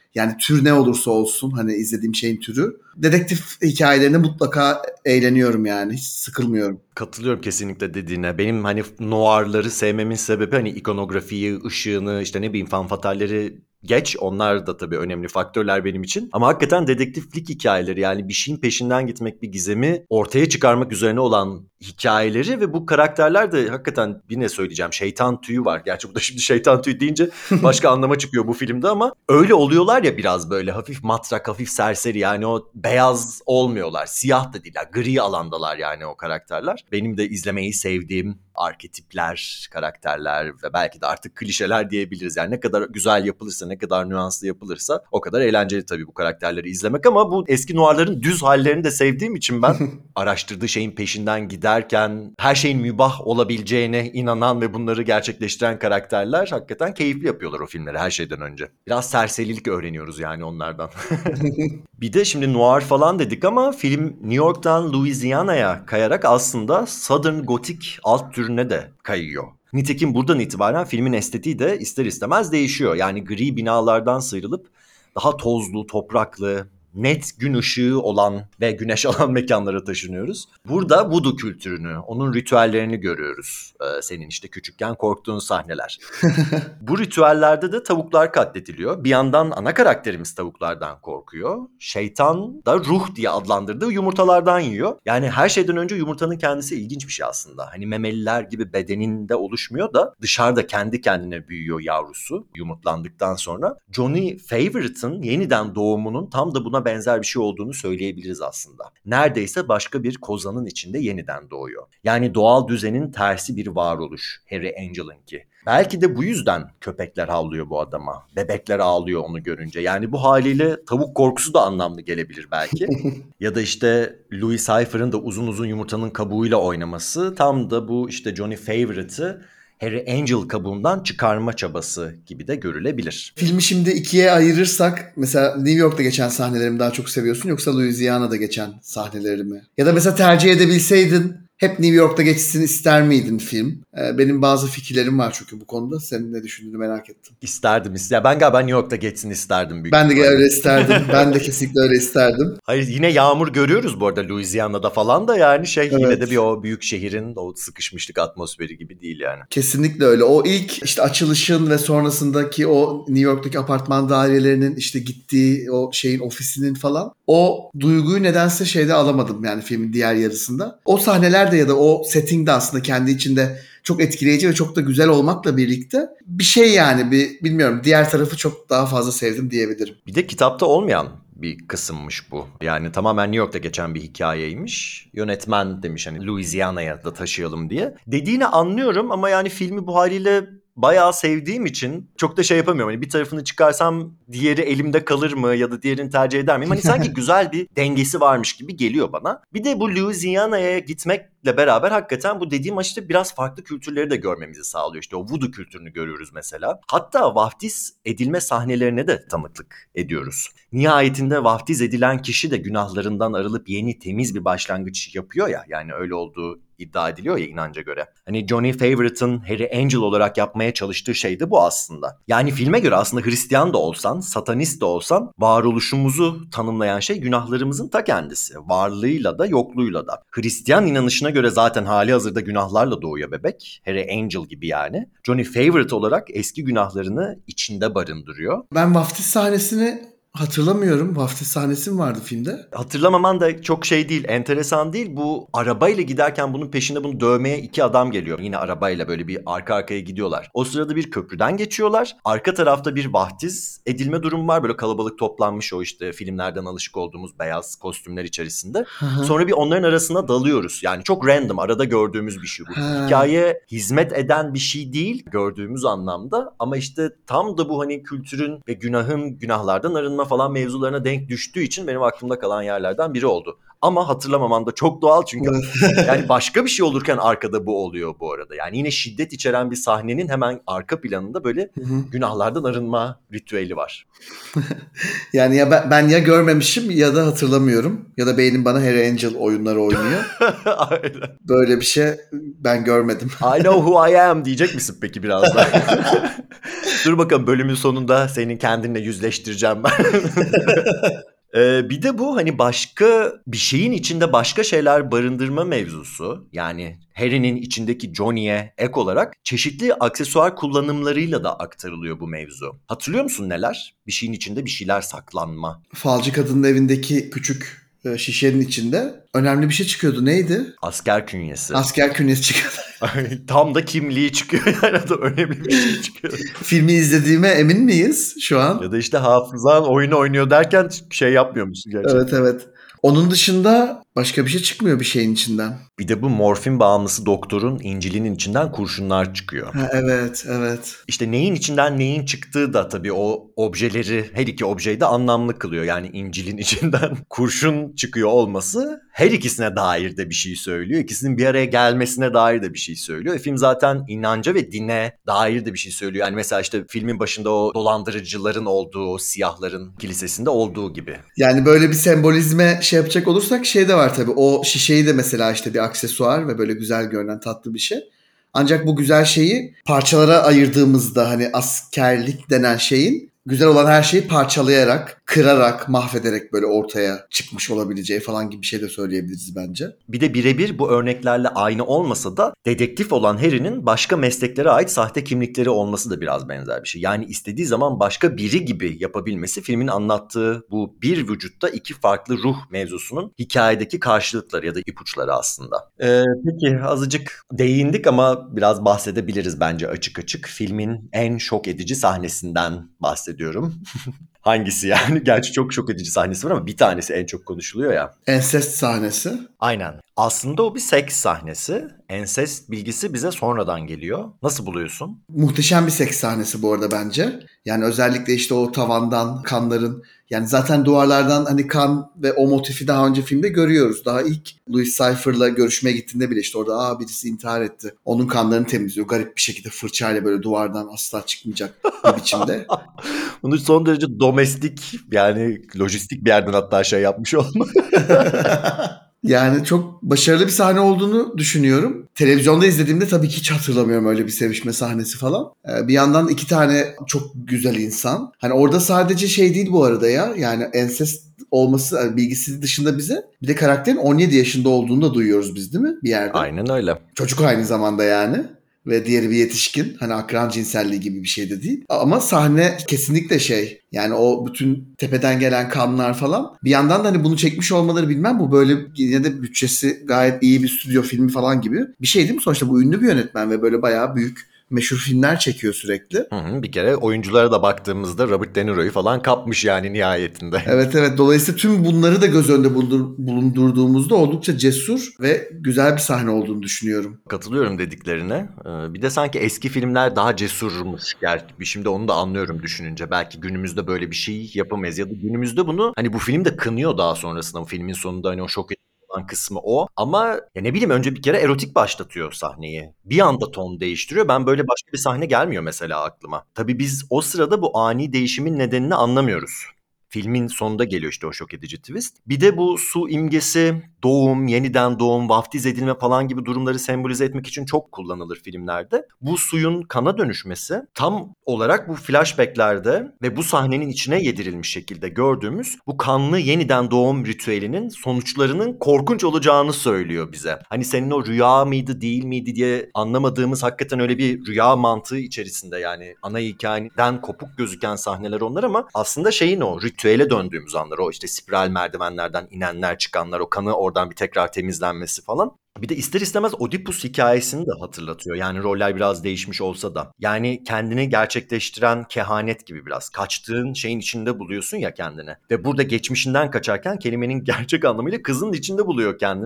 Yani tür ne olursa olsun hani izlediğim şeyin türü. Dedektif hikayelerinde mutlaka eğleniyorum yani. Hiç sıkılmıyorum. Katılıyorum kesinlikle dediğine. Benim hani noir'ları sevmemin sebebi hani ikonografiyi, ışığını, işte ne bileyim fanfatalleri geç. Onlar da tabii önemli faktörler benim için. Ama hakikaten dedektiflik hikayeleri, yani bir şeyin peşinden gitmek, bir gizemi ortaya çıkarmak üzerine olan hikayeleri ve bu karakterler de hakikaten, yine söyleyeceğim, şeytan tüyü var. Gerçi bu da şimdi şeytan tüyü deyince başka anlama çıkıyor bu filmde ama öyle oluyorlar ya, biraz böyle hafif matrak, hafif serseri, yani o beyaz olmuyorlar. Siyah da değiller, gri alandalar yani o karakterler. Benim de izlemeyi sevdiğim arketipler, karakterler ve belki de artık klişeler diyebiliriz. Yani ne kadar güzel yapılırsa, ne kadar nüanslı yapılırsa o kadar eğlenceli tabii bu karakterleri izlemek. Ama bu eski noir'ların düz hallerini de sevdiğim için ben araştırdığı şeyin peşinden giderken her şeyin mübah olabileceğine inanan ve bunları gerçekleştiren karakterler hakikaten keyifli yapıyorlar o filmleri her şeyden önce. Biraz serserilik öğreniyoruz yani onlardan. Bir de şimdi noir falan dedik ama film New York'tan Louisiana'ya kayarak aslında Southern Gothic alt türüne de kayıyor. Nitekim buradan itibaren filmin estetiği de ister istemez değişiyor. Yani gri binalardan sıyrılıp daha tozlu, topraklı, net gün ışığı olan ve güneş alan mekanlara taşınıyoruz. Burada voodoo kültürünü, onun ritüellerini görüyoruz. Ee, senin işte küçükken korktuğun sahneler. Bu ritüellerde de tavuklar katlediliyor. Bir yandan ana karakterimiz tavuklardan korkuyor. Şeytan da ruh diye adlandırdığı yumurtalardan yiyor. Yani her şeyden önce yumurtanın kendisi ilginç bir şey aslında. Hani memeliler gibi bedeninde oluşmuyor da dışarıda kendi kendine büyüyor yavrusu yumurtlandıktan sonra. Johnny Favorite'ın yeniden doğumunun tam da buna benzer bir şey olduğunu söyleyebiliriz aslında. Neredeyse başka bir kozanın içinde yeniden doğuyor. Yani doğal düzenin tersi bir varoluş. Harry Angel'ınki. Belki de bu yüzden köpekler havlıyor bu adama. Bebekler ağlıyor onu görünce. Yani bu haliyle tavuk korkusu da anlamlı gelebilir belki. Ya da işte Louis Cypher'ın da uzun uzun yumurtanın kabuğuyla oynaması tam da bu işte Johnny Favorite'ı Harry Angel kabuğundan çıkarma çabası gibi de görülebilir. Filmi şimdi ikiye ayırırsak mesela New York'ta geçen sahneleri mi daha çok seviyorsun yoksa Louisiana'da geçen sahneleri mi? Ya da mesela tercih edebilseydin hep New York'ta geçsin ister miydin film? Ee, benim bazı fikirlerim var çünkü bu konuda. Senin ne düşündüğünü merak ettim. İsterdim. Ya ben galiba New York'ta geçsin isterdim büyük Ben de ihtimalle. öyle isterdim. Ben de kesinlikle öyle isterdim. Hayır, yine yağmur görüyoruz bu arada Louisiana'da falan da, yani şey Evet. yine de bir o büyük şehrin o sıkışmışlık atmosferi gibi değil yani. Kesinlikle öyle. O ilk işte açılışın ve sonrasındaki o New York'taki apartman dairelerinin işte gittiği o şeyin ofisinin falan o duyguyu nedense şeyde alamadım yani filmin diğer yarısında. O sahnelerde ya da o setting de aslında kendi içinde çok etkileyici ve çok da güzel olmakla birlikte bir şey yani bir bilmiyorum diğer tarafı çok daha fazla sevdim diyebilirim. Bir de kitapta olmayan bir kısımmış bu. Yani tamamen New York'ta geçen bir hikayeymiş. Yönetmen demiş hani Louisiana'ya da taşıyalım diye. Dediğini anlıyorum ama yani filmi bu haliyle bayağı sevdiğim için çok da şey yapamıyorum. Hani bir tarafını çıkarsam diğeri elimde kalır mı ya da diğerini tercih eder miyim? Hani sanki güzel bir dengesi varmış gibi geliyor bana. Bir de bu Louisiana'ya gitmekle beraber hakikaten bu dediğim işte biraz farklı kültürleri de görmemizi sağlıyor. İşte o voodoo kültürünü görüyoruz mesela. Hatta vaftiz edilme sahnelerine de tanıklık ediyoruz. Nihayetinde vaftiz edilen kişi de günahlarından arılıp yeni temiz bir başlangıç yapıyor ya. Yani öyle olduğu iddia ediliyor ya inanca göre. Hani Johnny Favorite'ın Harry Angel olarak yapmaya çalıştığı şey de bu aslında. Yani filme göre aslında Hristiyan da olsan, satanist de olsan varoluşumuzu tanımlayan şey günahlarımızın ta kendisi. Varlığıyla da yokluğuyla da. Hristiyan inanışına göre zaten hali hazırda günahlarla doğuyor bebek. Harry Angel gibi yani. Johnny Favorite olarak eski günahlarını içinde barındırıyor. Ben vaftiz sahnesini hatırlamıyorum. Vaftiz sahnesi mi vardı filmde? Hatırlamaman da çok şey değil, enteresan değil. Bu arabayla giderken bunun peşinde bunu dövmeye iki adam geliyor. Yine arabayla böyle bir arka arkaya gidiyorlar. O sırada bir köprüden geçiyorlar. Arka tarafta bir vaftiz edilme durumu var. Böyle kalabalık toplanmış o işte filmlerden alışık olduğumuz beyaz kostümler içerisinde. Sonra bir onların arasına dalıyoruz. Yani çok random, arada gördüğümüz bir şey bu. Ha. Hikayeye hizmet eden bir şey değil gördüğümüz anlamda. Ama işte tam da bu hani kültürün ve günahın günahlardan arınma falan mevzularına denk düştüğü için benim aklımda kalan yerlerden biri oldu. Ama hatırlamaman da çok doğal çünkü Evet. yani başka bir şey olurken arkada bu oluyor bu arada. Yani yine şiddet içeren bir sahnenin hemen arka planında böyle Hı hı. günahlardan arınma ritüeli var. Yani ya ben, ben ya görmemişim ya da hatırlamıyorum. Ya da beynim bana Harry Angel oyunları oynuyor. Aynen. Böyle bir şey ben görmedim. I know who I am diyecek misin peki birazdan? Dur bakalım, bölümün sonunda senin kendinle yüzleştireceğim ben. Ee, bir de bu hani başka bir şeyin içinde başka şeyler barındırma mevzusu. Yani Harry'nin içindeki Johnny'e ek olarak çeşitli aksesuar kullanımlarıyla da aktarılıyor bu mevzu. Hatırlıyor musun neler? Bir şeyin içinde bir şeyler saklanma. Falcı kadının evindeki küçük e, şişenin içinde önemli bir şey çıkıyordu. Neydi? Asker künyesi. Asker künyesi çıkıyordu. Tam da kimliği çıkıyor yani, da önemli bir şey çıkıyor. Filmi izlediğime emin miyiz şu an? Ya da işte hafızan oyunu oynuyor derken şey yapmıyor musun gerçekten? Evet evet. Onun dışında başka bir şey çıkmıyor bir şeyin içinden. Bir de bu morfin bağımlısı doktorun İncil'inin içinden kurşunlar çıkıyor. Ha, evet evet. İşte neyin içinden neyin çıktığı da tabii o objeleri, her iki objeyi de anlamlı kılıyor. Yani İncil'in içinden kurşun çıkıyor olması her ikisine dair de bir şey söylüyor. İkisinin bir araya gelmesine dair de bir şey söylüyor. E, film zaten inanca ve dine dair de bir şey söylüyor. Yani mesela işte filmin başında o dolandırıcıların olduğu, o siyahların kilisesinde olduğu gibi. Yani böyle bir sembolizme şey yapacak olursak şey de var tabii. O şişeyi de mesela işte bir aksesuar ve böyle güzel görünen tatlı bir şey. Ancak bu güzel şeyi parçalara ayırdığımızda hani askerlik denen şeyin güzel olan her şeyi parçalayarak, kırarak, mahvederek böyle ortaya çıkmış olabileceği falan gibi bir şey de söyleyebiliriz bence. Bir de birebir bu örneklerle aynı olmasa da dedektif olan Harry'nin başka mesleklere ait sahte kimlikleri olması da biraz benzer bir şey. Yani istediği zaman başka biri gibi yapabilmesi filmin anlattığı bu bir vücutta iki farklı ruh mevzusunun hikayedeki karşılıkları ya da ipuçları aslında. Ee, peki azıcık değindik ama biraz bahsedebiliriz bence açık açık. Filmin en şok edici sahnesinden bahsediyorum. Hangisi yani? Gerçi çok şok edici sahnesi var ama bir tanesi en çok konuşuluyor ya. Ensest sahnesi. Aynen. Aslında o bir seks sahnesi. Ensest bilgisi bize sonradan geliyor. Nasıl buluyorsun? Muhteşem bir seks sahnesi bu arada bence. Yani özellikle işte o tavandan kanların, yani zaten duvarlardan hani kan ve o motifi daha önce filmde görüyoruz. Daha ilk Louis Cypher'la görüşmeye gittiğinde bile işte orada aa birisi intihar etti. Onun kanlarını temizliyor. Garip bir şekilde fırçayla böyle duvardan asla çıkmayacak bir biçimde. Bunu son derece domestik, yani lojistik bir yerden hatta şey yapmış olma. Yani çok başarılı bir sahne olduğunu düşünüyorum. Televizyonda izlediğimde tabii ki hiç hatırlamıyorum öyle bir sevişme sahnesi falan. Ee, bir yandan iki tane çok güzel insan. Hani orada sadece şey değil bu arada ya. Yani ensest olması yani bilgisi dışında bize bir de karakterin on yedi yaşında olduğunu da duyuyoruz biz değil mi bir yerde? Aynen öyle. Çocuk aynı zamanda yani. Ve diğeri bir yetişkin. Hani akran cinselliği gibi bir şey de değil. Ama sahne kesinlikle şey. Yani o bütün tepeden gelen kanlar falan. Bir yandan da hani bunu çekmiş olmaları bilmem. Bu böyle yine de bütçesi gayet iyi bir stüdyo filmi falan gibi bir şey değil mi? Sonuçta bu ünlü bir yönetmen ve böyle bayağı büyük meşhur filmler çekiyor sürekli. Hı hı, bir kere oyunculara da baktığımızda Robert De Niro'yu falan kapmış yani nihayetinde. Evet evet. Dolayısıyla tüm bunları da göz önünde bulundur- bulundurduğumuzda oldukça cesur ve güzel bir sahne olduğunu düşünüyorum. Katılıyorum dediklerine. Ee, Bir de sanki eski filmler daha cesurmuş. Gerçi şimdi onu da anlıyorum düşününce. Belki günümüzde böyle bir şey yapamayız. Ya da günümüzde bunu hani bu film de kınıyor daha sonrasında. Bu filmin sonunda hani o şok edici olan kısmı o. Ama ya ne bileyim, önce bir kere erotik başlatıyor sahneyi. Bir anda ton değiştiriyor. Ben böyle başka bir sahne gelmiyor mesela aklıma. Tabii biz o sırada bu ani değişimin nedenini anlamıyoruz. Filmin sonunda geliyor işte o şok edici twist. Bir de bu su imgesi, doğum, yeniden doğum, vaftiz edilme falan gibi durumları sembolize etmek için çok kullanılır filmlerde. Bu suyun kana dönüşmesi tam olarak bu flashbacklerde ve bu sahnenin içine yedirilmiş şekilde gördüğümüz bu kanlı yeniden doğum ritüelinin sonuçlarının korkunç olacağını söylüyor bize. Hani senin o rüya mıydı değil miydi diye anlamadığımız hakikaten öyle bir rüya mantığı içerisinde, yani ana hikayeden kopuk gözüken sahneler onlar ama aslında şeyin o ritüele döndüğümüz anlar, o işte spiral merdivenlerden inenler çıkanlar, o kanı oradan bir tekrar temizlenmesi falan. Bir de ister istemez Oedipus hikayesini de hatırlatıyor. Yani roller biraz değişmiş olsa da. Yani kendini gerçekleştiren kehanet gibi biraz. Kaçtığın şeyin içinde buluyorsun ya kendini. Ve burada geçmişinden kaçarken kelimenin gerçek anlamıyla kızın içinde buluyor kendini.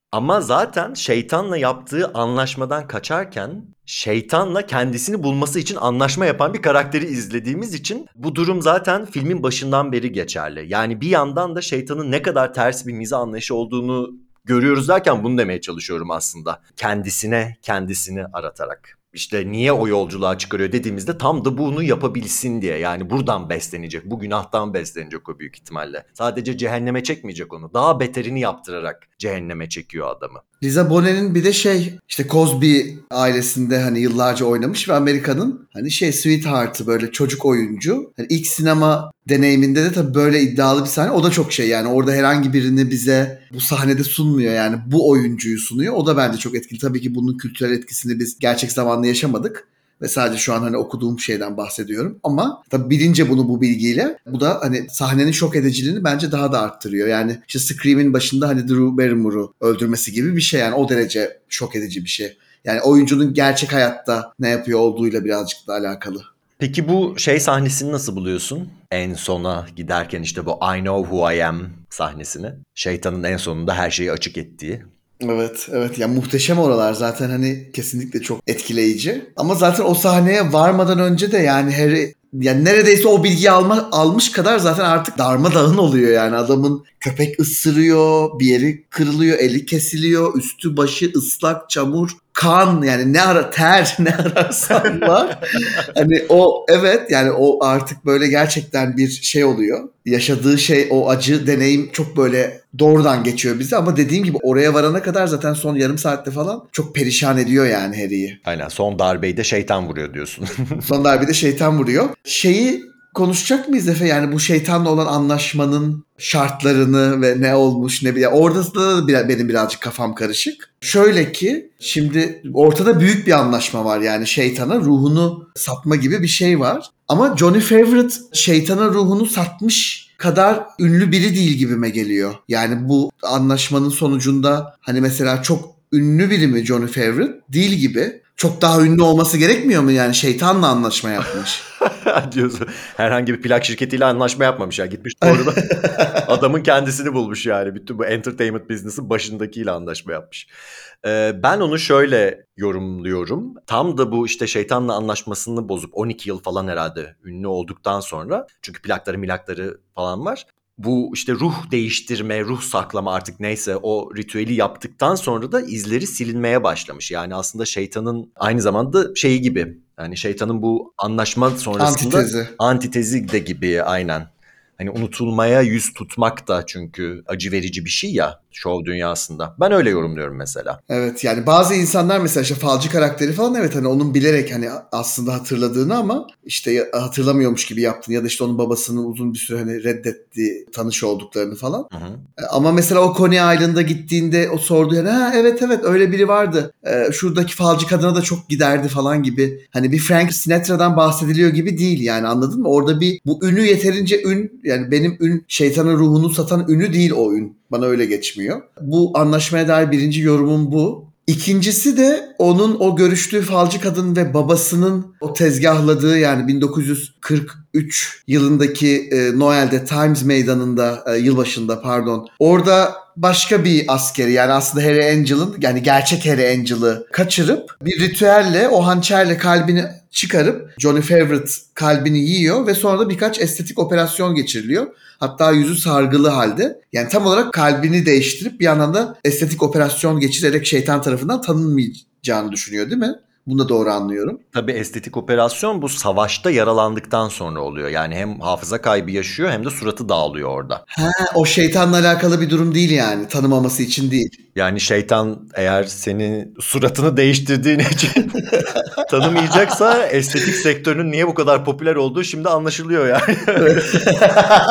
Ama zaten şeytanla yaptığı anlaşmadan kaçarken şeytanla kendisini bulması için anlaşma yapan bir karakteri izlediğimiz için bu durum zaten filmin başından beri geçerli. Yani bir yandan da şeytanın ne kadar ters bir mizah anlayışı olduğunu görüyoruz derken bunu demeye çalışıyorum aslında. Kendisine kendisini aratarak. İşte niye o yolculuğa çıkarıyor dediğimizde tam da bunu yapabilsin diye. Yani buradan beslenecek, bu günahtan beslenecek o büyük ihtimalle. Sadece cehenneme çekmeyecek onu. Daha beterini yaptırarak cehenneme çekiyor adamı. Liza Bonet'in bir de şey işte Cosby ailesinde hani yıllarca oynamış ve Amerika'nın hani şey sweetheart'ı böyle çocuk oyuncu. Hani ilk sinema deneyiminde de tabii böyle iddialı bir sahne. O da çok şey yani orada herhangi birini bize bu sahnede sunmuyor yani bu oyuncuyu sunuyor. O da bence çok etkili. Tabii ki bunun kültürel etkisini biz gerçek zamanlı yaşamadık. Ve sadece şu an hani okuduğum şeyden bahsediyorum. Ama tabii bilince bunu bu bilgiyle bu da hani sahnenin şok ediciliğini bence daha da arttırıyor. Yani işte Scream'in başında hani Drew Barrymore'u öldürmesi gibi bir şey yani o derece şok edici bir şey. Yani oyuncunun gerçek hayatta ne yapıyor olduğuyla birazcık da alakalı. Peki bu şey sahnesini nasıl buluyorsun? En sona giderken işte bu I know who I am sahnesini. Şeytanın en sonunda her şeyi açık ettiği. Evet, evet. Ya muhteşem oralar zaten hani kesinlikle çok etkileyici. Ama zaten o sahneye varmadan önce de yani Harry yani neredeyse o bilgiyi alma, almış kadar zaten artık darmadağın oluyor yani adamın köpek ısırıyor, bir yeri kırılıyor, eli kesiliyor, üstü başı ıslak, çamur, kan yani ne ara ter ne ararsan var. Hani o evet yani o artık böyle gerçekten bir şey oluyor. Yaşadığı şey o acı deneyim çok böyle doğrudan geçiyor bize ama dediğim gibi oraya varana kadar zaten son yarım saatte falan çok perişan ediyor yani Harry'i. Aynen son darbeyi de şeytan vuruyor diyorsun. Son darbede şeytan vuruyor. Şeyi konuşacak mıyız Efe? Yani bu şeytanla olan anlaşmanın şartlarını ve ne olmuş ne bir. Orada da bir, benim birazcık kafam karışık. Şöyle ki şimdi ortada büyük bir anlaşma var yani şeytana ruhunu satma gibi bir şey var. Ama Johnny Favorite şeytana ruhunu satmış kadar ünlü biri değil gibime geliyor. Yani bu anlaşmanın sonucunda hani mesela çok ünlü biri mi Johnny Favorite? Değil gibi. Çok daha ünlü olması gerekmiyor mu yani şeytanla anlaşma yapmış? Diyorsun. Herhangi bir plak şirketiyle anlaşma yapmamış ya. Gitmiş doğrudan adamın kendisini bulmuş yani. Bütün bu entertainment business'ın başındakiyle anlaşma yapmış. Ee, ben onu şöyle yorumluyorum. Tam da bu işte şeytanla anlaşmasını bozup on iki yıl falan herhalde ünlü olduktan sonra. Çünkü plakları milakları falan var. Bu işte ruh değiştirme, ruh saklama artık neyse o ritüeli yaptıktan sonra da izleri silinmeye başlamış. Yani aslında şeytanın aynı zamanda şeyi gibi. Yani şeytanın bu anlaşma sonrasında Antitezi. antitezi de gibi aynen. Hani unutulmaya yüz tutmak da çünkü acı verici bir şey ya şov dünyasında. Ben öyle yorumluyorum mesela. Evet yani bazı insanlar mesela işte falcı karakteri falan evet hani onun bilerek hani aslında hatırladığını ama işte hatırlamıyormuş gibi yaptığını ya da işte onun babasının uzun bir süre hani reddetti tanış olduklarını falan. Hı hı. Ama mesela o Coney Island'a gittiğinde o sordu yani ha evet evet öyle biri vardı. Ee, şuradaki falcı kadına da çok giderdi falan gibi. Hani bir Frank Sinatra'dan bahsediliyor gibi değil yani anladın mı? Orada bir bu ünü yeterince ün yani benim ün şeytanın ruhunu satan ünü değil o ün. Bana öyle geçmiyor. Bu anlaşmaya dair birinci yorumum bu. İkincisi de onun o görüştüğü falcı kadın ve babasının o tezgahladığı yani bin dokuz yüz kırk üç yılındaki e, Noel'de Times Meydanı'nda e, yılbaşında pardon orada başka bir askeri yani aslında Harry Angel'ın yani gerçek Harry Angel'ı kaçırıp bir ritüelle o hançerle kalbini çıkarıp Johnny Favorite kalbini yiyor ve sonra da birkaç estetik operasyon geçiriliyor. Hatta yüzü sargılı halde. Yani tam olarak kalbini değiştirip bir yandan da estetik operasyon geçirerek şeytan tarafından tanınmayacağını düşünüyor değil mi? Bunu da doğru anlıyorum. Tabii estetik operasyon bu savaşta yaralandıktan sonra oluyor. Yani hem hafıza kaybı yaşıyor hem de suratı dağılıyor orada. Ha, o şeytanla alakalı bir durum değil yani. Tanımaması için değil. Yani şeytan eğer senin suratını değiştirdiğin için tanımayacaksa estetik sektörünün niye bu kadar popüler olduğu şimdi anlaşılıyor yani.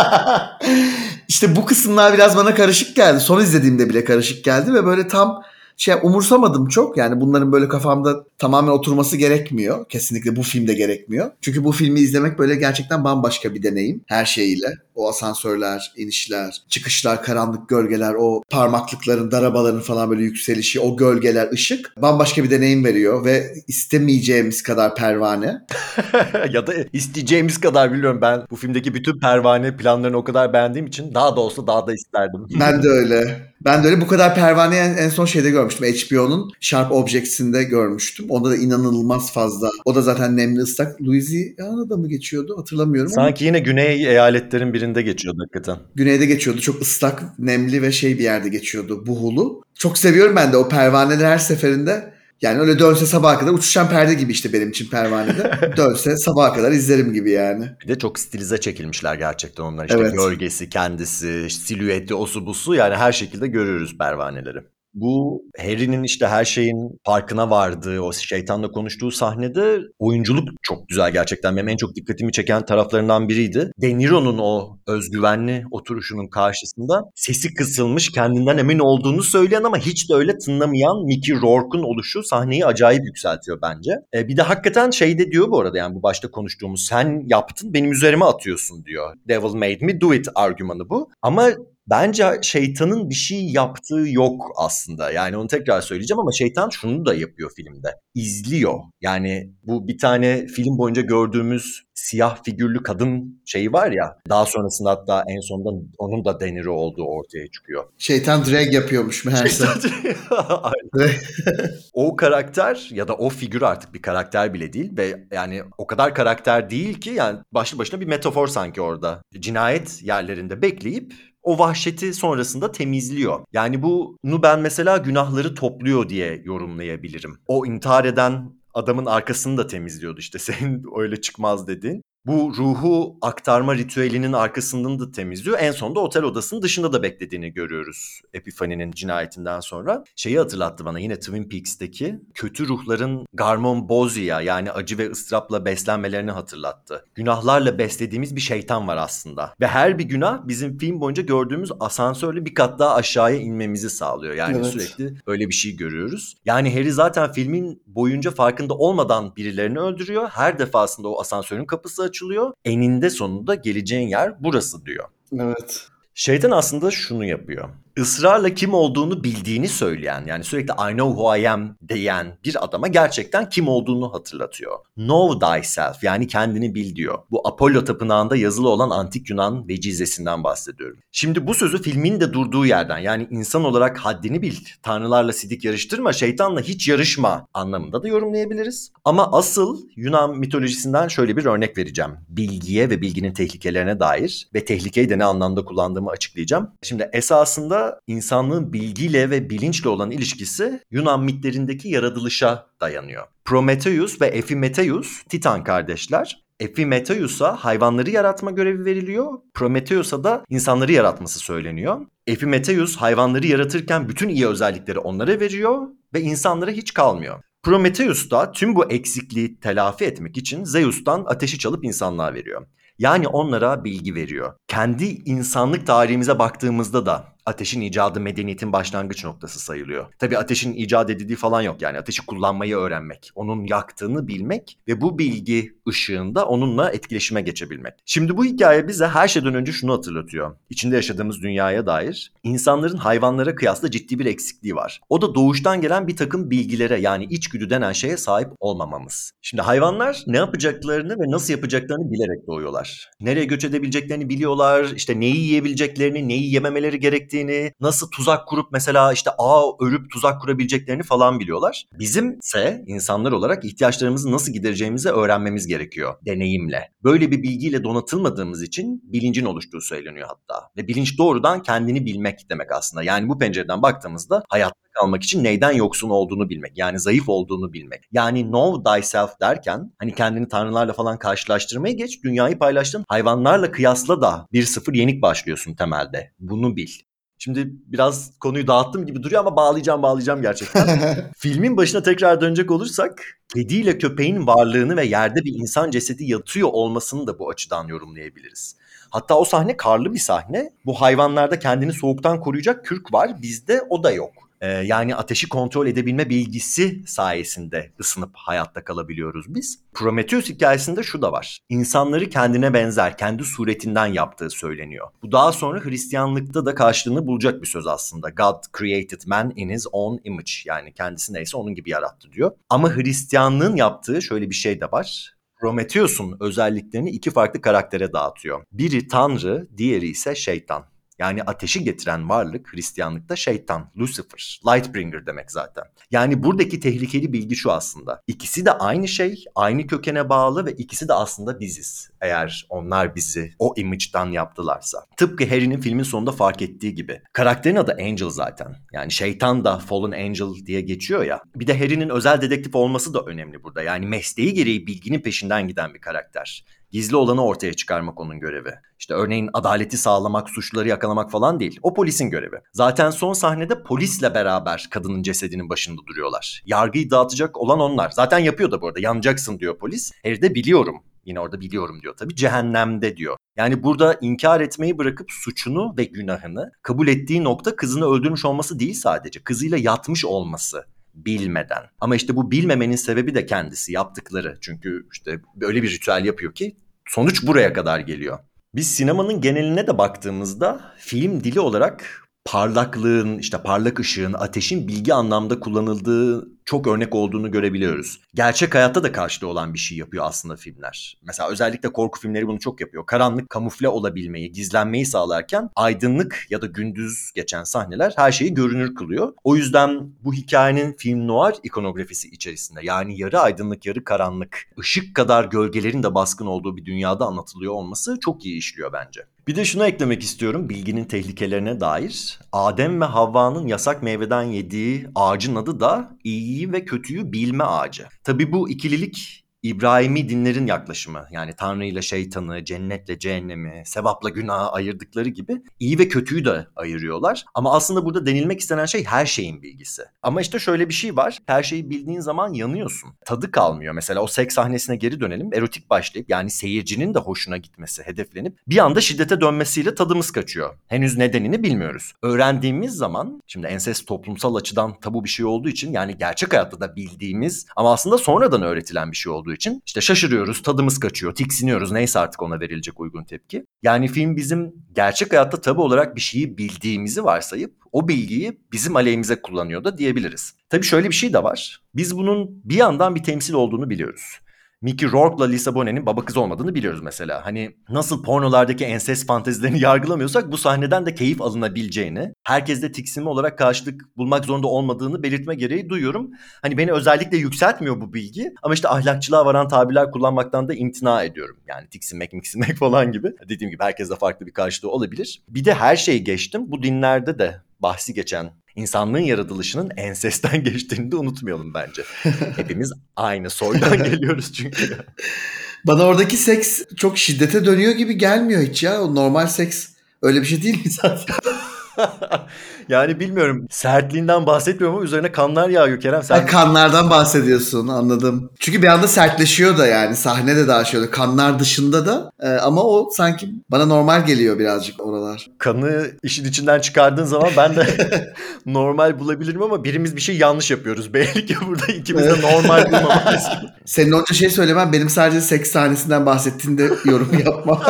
İşte bu kısımlar biraz bana karışık geldi. Son izlediğimde bile karışık geldi ve böyle tam şey umursamadım çok. Yani bunların böyle kafamda tamamen oturması gerekmiyor. Kesinlikle bu filmde gerekmiyor. Çünkü bu filmi izlemek böyle gerçekten bambaşka bir deneyim. Her şeyiyle. O asansörler, inişler, çıkışlar, karanlık gölgeler, o parmaklıkların, darabaların falan böyle yükselişi, o gölgeler, ışık bambaşka bir deneyim veriyor ve istemeyeceğimiz kadar pervane. Ya da isteyeceğimiz kadar biliyorum ben bu filmdeki bütün pervane planlarını o kadar beğendiğim için daha da olsa daha da isterdim. Ben de öyle. Ben de öyle. Bu kadar pervaneyi en, en son şeyde görmüştüm. H B O'nun Sharp Objects'inde görmüştüm. Onda da inanılmaz fazla. O da zaten nemli, ıslak. Louisiana'da mı geçiyordu? Hatırlamıyorum ama. Sanki yine güney eyaletlerin birinde geçiyordu hakikaten. Güneyde geçiyordu. Çok ıslak, nemli ve şey bir yerde geçiyordu. Buhulu. Çok seviyorum ben de o pervaneleri her seferinde. Yani öyle dönse sabaha kadar uçuşan perde gibi işte benim için pervanede. Dönse sabaha kadar izlerim gibi yani. Bir de çok stilize çekilmişler gerçekten onlar. İşte Evet. gölgesi, kendisi, silüeti, osu busu yani her şekilde görüyoruz pervaneleri. Bu Harry'nin işte her şeyin farkına vardığı, o şeytanla konuştuğu sahnede oyunculuk çok güzel gerçekten. Benim en çok dikkatimi çeken taraflarından biriydi. De Niro'nun o özgüvenli oturuşunun karşısında sesi kısılmış, kendinden emin olduğunu söyleyen ama hiç de öyle tınlamayan Mickey Rourke'un oluşu sahneyi acayip yükseltiyor bence. E, bir de hakikaten şey de diyor bu arada, yani bu başta konuştuğumuz sen yaptın benim üzerime atıyorsun diyor. Devil made me do it argümanı bu. Ama bence şeytanın bir şey yaptığı yok aslında. Yani onu tekrar söyleyeceğim ama şeytan şunu da yapıyor filmde. İzliyor. Yani bu bir tane film boyunca gördüğümüz siyah figürlü kadın şeyi var ya. Daha sonrasında hatta en sonunda onun da De Niro olduğu ortaya çıkıyor. Şeytan drag yapıyormuş meğerse. O karakter ya da o figür artık bir karakter bile değil ve yani o kadar karakter değil ki yani başlı başına bir metafor sanki orada. Cinayet yerlerinde bekleyip o vahşeti sonrasında temizliyor. Yani bunu ben mesela günahları topluyor diye yorumlayabilirim. O intihar eden adamın arkasını da temizliyordu işte senin öyle çıkmaz dediğin. Bu ruhu aktarma ritüelinin arkasından da temizliyor. En sonunda otel odasının dışında da beklediğini görüyoruz Epiphany'nin cinayetinden sonra. Şeyi hatırlattı bana yine Twin Peaks'teki kötü ruhların garmonbozia yani acı ve ıstırapla beslenmelerini hatırlattı. Günahlarla beslediğimiz bir şeytan var aslında. Ve her bir günah bizim film boyunca gördüğümüz asansörle bir kat daha aşağıya inmemizi sağlıyor. Yani Evet. sürekli öyle bir şey görüyoruz. Yani Harry zaten filmin boyunca farkında olmadan birilerini öldürüyor. Her defasında o asansörün kapısı açılıyor. Eninde sonunda geleceğin yer burası diyor. Evet. Şeytan aslında şunu yapıyor. Israrla kim olduğunu bildiğini söyleyen, yani sürekli I know who I am diyen bir adama gerçekten kim olduğunu hatırlatıyor. Know thyself, yani kendini bil diyor. Bu Apollo tapınağında yazılı olan antik Yunan vecizesinden bahsediyorum. Şimdi bu sözü filmin de durduğu yerden, yani insan olarak haddini bil, tanrılarla sidik yarıştırma, şeytanla hiç yarışma anlamında da yorumlayabiliriz. Ama asıl Yunan mitolojisinden şöyle bir örnek vereceğim. Bilgiye ve bilginin tehlikelerine dair ve tehlikeyi de ne anlamda kullandığımı açıklayacağım. Şimdi esasında insanlığın bilgiyle ve bilinçle olan ilişkisi Yunan mitlerindeki yaratılışa dayanıyor. Prometheus ve Epimetheus Titan kardeşler. Epimetheus'a hayvanları yaratma görevi veriliyor. Prometheus'a da insanları yaratması söyleniyor. Epimetheus hayvanları yaratırken bütün iyi özellikleri onlara veriyor ve insanlara hiç kalmıyor. Prometheus da tüm bu eksikliği telafi etmek için Zeus'tan ateşi çalıp insanlığa veriyor. Yani onlara bilgi veriyor. Kendi insanlık tarihimize baktığımızda da ateşin icadı medeniyetin başlangıç noktası sayılıyor. Tabii ateşin icat edildiği falan yok, yani ateşi kullanmayı öğrenmek, onun yaktığını bilmek ve bu bilgi ışığında onunla etkileşime geçebilmek. Şimdi bu hikaye bize her şeyden önce şunu hatırlatıyor. İçinde yaşadığımız dünyaya dair insanların hayvanlara kıyasla ciddi bir eksikliği var. O da doğuştan gelen bir takım bilgilere, yani içgüdü denen şeye sahip olmamamız. Şimdi hayvanlar ne yapacaklarını ve nasıl yapacaklarını bilerek doğuyorlar. Nereye göç edebileceklerini biliyorlar, işte neyi yiyebileceklerini, neyi yememeleri gerektiğini, nasıl tuzak kurup mesela işte ağ örüp tuzak kurabileceklerini falan biliyorlar. Bizimse insanlar olarak ihtiyaçlarımızı nasıl gidereceğimizi öğrenmemiz gerekiyor deneyimle. Böyle bir bilgiyle donatılmadığımız için bilincin oluştuğu söyleniyor hatta. Ve bilinç doğrudan kendini bilmek demek aslında. Yani bu pencereden baktığımızda hayatta kalmak için neyden yoksun olduğunu bilmek. Yani zayıf olduğunu bilmek. Yani know thyself derken hani kendini tanrılarla falan karşılaştırmaya geç, dünyayı paylaştığın hayvanlarla kıyasla da bir sıfır yenik başlıyorsun temelde. Bunu bil. Şimdi biraz konuyu dağıttım gibi duruyor ama bağlayacağım bağlayacağım gerçekten. Filmin başına tekrar dönecek olursak kediyle köpeğin varlığını ve yerde bir insan cesedi yatıyor olmasını da bu açıdan yorumlayabiliriz. Hatta o sahne karlı bir sahne. Bu hayvanlarda kendini soğuktan koruyacak kürk var. Bizde o da yok. Ee, yani ateşi kontrol edebilme bilgisi sayesinde ısınıp hayatta kalabiliyoruz biz. Prometheus hikayesinde şu da var. İnsanları kendine benzer, kendi suretinden yaptığı söyleniyor. Bu daha sonra Hristiyanlıkta da karşılığını bulacak bir söz aslında. God created man in his own image. Yani kendisi neyse onun gibi yarattı diyor. Ama Hristiyanlığın yaptığı şöyle bir şey de var. Prometheus'un özelliklerini iki farklı karaktere dağıtıyor. Biri Tanrı, diğeri ise şeytan. Yani ateşi getiren varlık Hristiyanlıkta şeytan, Lucifer, Lightbringer demek zaten. Yani buradaki tehlikeli bilgi şu aslında. İkisi de aynı şey, aynı kökene bağlı ve ikisi de aslında biziz. Eğer onlar bizi o image'dan yaptılarsa. Tıpkı Harry'nin filmin sonunda fark ettiği gibi. Karakterin adı Angel zaten. Yani şeytan da Fallen Angel diye geçiyor ya. Bir de Harry'nin özel dedektif olması da önemli burada. Yani mesleği gereği bilginin peşinden giden bir karakter. Gizli olanı ortaya çıkarmak onun görevi. İşte örneğin adaleti sağlamak, suçluları yakalamak falan değil. O polisin görevi. Zaten son sahnede polisle beraber kadının cesedinin başında duruyorlar. Yargıyı dağıtacak olan onlar. Zaten yapıyor da bu arada. Yanacaksın diyor polis. Harry de biliyorum. Yine orada biliyorum diyor tabii. Cehennemde diyor. Yani burada inkar etmeyi bırakıp suçunu ve günahını kabul ettiği nokta kızını öldürmüş olması değil sadece. Kızıyla yatmış olması. Bilmeden. Ama işte bu bilmemenin sebebi de kendisi, yaptıkları. Çünkü işte öyle bir ritüel yapıyor ki sonuç buraya kadar geliyor. Biz sinemanın geneline de baktığımızda film dili olarak parlaklığın, işte parlak ışığın, ateşin bilgi anlamda kullanıldığı çok örnek olduğunu görebiliyoruz. Gerçek hayatta da karşılığı olan bir şey yapıyor aslında filmler. Mesela özellikle korku filmleri bunu çok yapıyor. Karanlık kamufle olabilmeyi, gizlenmeyi sağlarken aydınlık ya da gündüz geçen sahneler her şeyi görünür kılıyor. O yüzden bu hikayenin film noir ikonografisi içerisinde, yani yarı aydınlık yarı karanlık, ışık kadar gölgelerin de baskın olduğu bir dünyada anlatılıyor olması çok iyi işliyor bence. Bir de şunu eklemek istiyorum bilginin tehlikelerine dair. Adem ve Havva'nın yasak meyveden yediği ağacın adı da iyiyi ve kötüyü bilme ağacı. Tabii bu ikililik İbrahimi dinlerin yaklaşımı. Yani Tanrı ile şeytanı, cennetle cehennemi, sevapla günahı ayırdıkları gibi iyi ve kötüyü de ayırıyorlar. Ama aslında burada denilmek istenen şey her şeyin bilgisi. Ama işte şöyle bir şey var. Her şeyi bildiğin zaman yanıyorsun. Tadı kalmıyor. Mesela o seks sahnesine geri dönelim. Erotik başlayıp yani seyircinin de hoşuna gitmesi hedeflenip bir anda şiddete dönmesiyle tadımız kaçıyor. Henüz nedenini bilmiyoruz. Öğrendiğimiz zaman, şimdi ensest toplumsal açıdan tabu bir şey olduğu için, yani gerçek hayatta da bildiğimiz ama aslında sonradan öğretilen bir şey olduğu için işte şaşırıyoruz, tadımız kaçıyor, tiksiniyoruz, neyse artık ona verilecek uygun tepki. Yani film bizim gerçek hayatta tabu olarak bir şeyi bildiğimizi varsayıp o bilgiyi bizim aleyhimize kullanıyor da diyebiliriz. Tabii şöyle bir şey de var. Biz bunun bir yandan bir temsil olduğunu biliyoruz. Mickey Rourke'la Lisa Bonet'in baba kız olmadığını biliyoruz mesela. Hani nasıl pornolardaki ensest fantezilerini yargılamıyorsak bu sahneden de keyif alınabileceğini, herkeste tiksinme olarak karşılık bulmak zorunda olmadığını belirtme gereği duyuyorum. Hani beni özellikle yükseltmiyor bu bilgi ama işte ahlakçılığa varan tabirler kullanmaktan da imtina ediyorum. Yani tiksinmek, miksinmek falan gibi. Dediğim gibi herkeste farklı bir karşılığı olabilir. Bir de her şeyi geçtim. Bu dinlerde de bahsi geçen İnsanlığın yaratılışının ensesten geçtiğini de unutmayalım bence. Hepimiz aynı soydan geliyoruz çünkü. Bana oradaki seks çok şiddete dönüyor gibi gelmiyor hiç ya. O normal seks öyle bir şey değil mi zaten? Yani bilmiyorum. Sertliğinden bahsetmiyorum ama üzerine kanlar yağıyor Kerem. Sen... Ha, kanlardan bahsediyorsun, anladım. Çünkü bir anda sertleşiyor da yani. Sahne de daha şöyle kanlar dışında da. Ee, ama o sanki bana normal geliyor birazcık oralar. Kanı işin içinden çıkardığın zaman ben de normal bulabilirim ama birimiz bir şey yanlış yapıyoruz. Belli ki burada ikimiz de normal bulmamalıyız. Senin onca şey söylemen, benim sadece seks sahnesinden bahsettiğinde yorum yapma.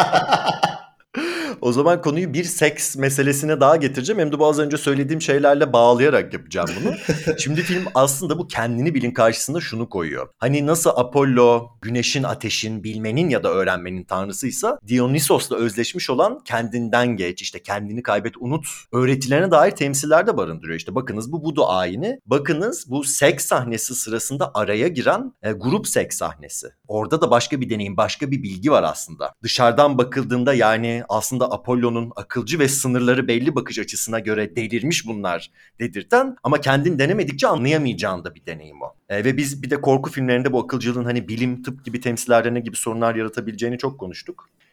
O zaman konuyu bir seks meselesine daha getireceğim. Hem de bu az önce söylediğim şeylerle bağlayarak yapacağım bunu. Şimdi film aslında bu kendini bilin karşısında şunu koyuyor. Hani nasıl Apollo, güneşin, ateşin, bilmenin ya da öğrenmenin tanrısıysa, Dionysos'la özleşmiş olan kendinden geç, işte kendini kaybet, unut öğretilerine dair temsiller de barındırıyor. İşte bakınız bu Budu ayini, bakınız bu seks sahnesi sırasında araya giren e, grup seks sahnesi. Orada da başka bir deneyim, başka bir bilgi var aslında. Dışarıdan bakıldığında yani aslında Apollo'nun akılcı ve sınırları belli bakış açısına göre delirmiş bunlar dedirten ama kendin denemedikçe anlayamayacağın da bir deneyim o. E, ve biz bir de korku filmlerinde bu akılcılığın hani bilim, tıp gibi temsillerde ne gibi sorunlar yaratabileceğini çok konuştuk.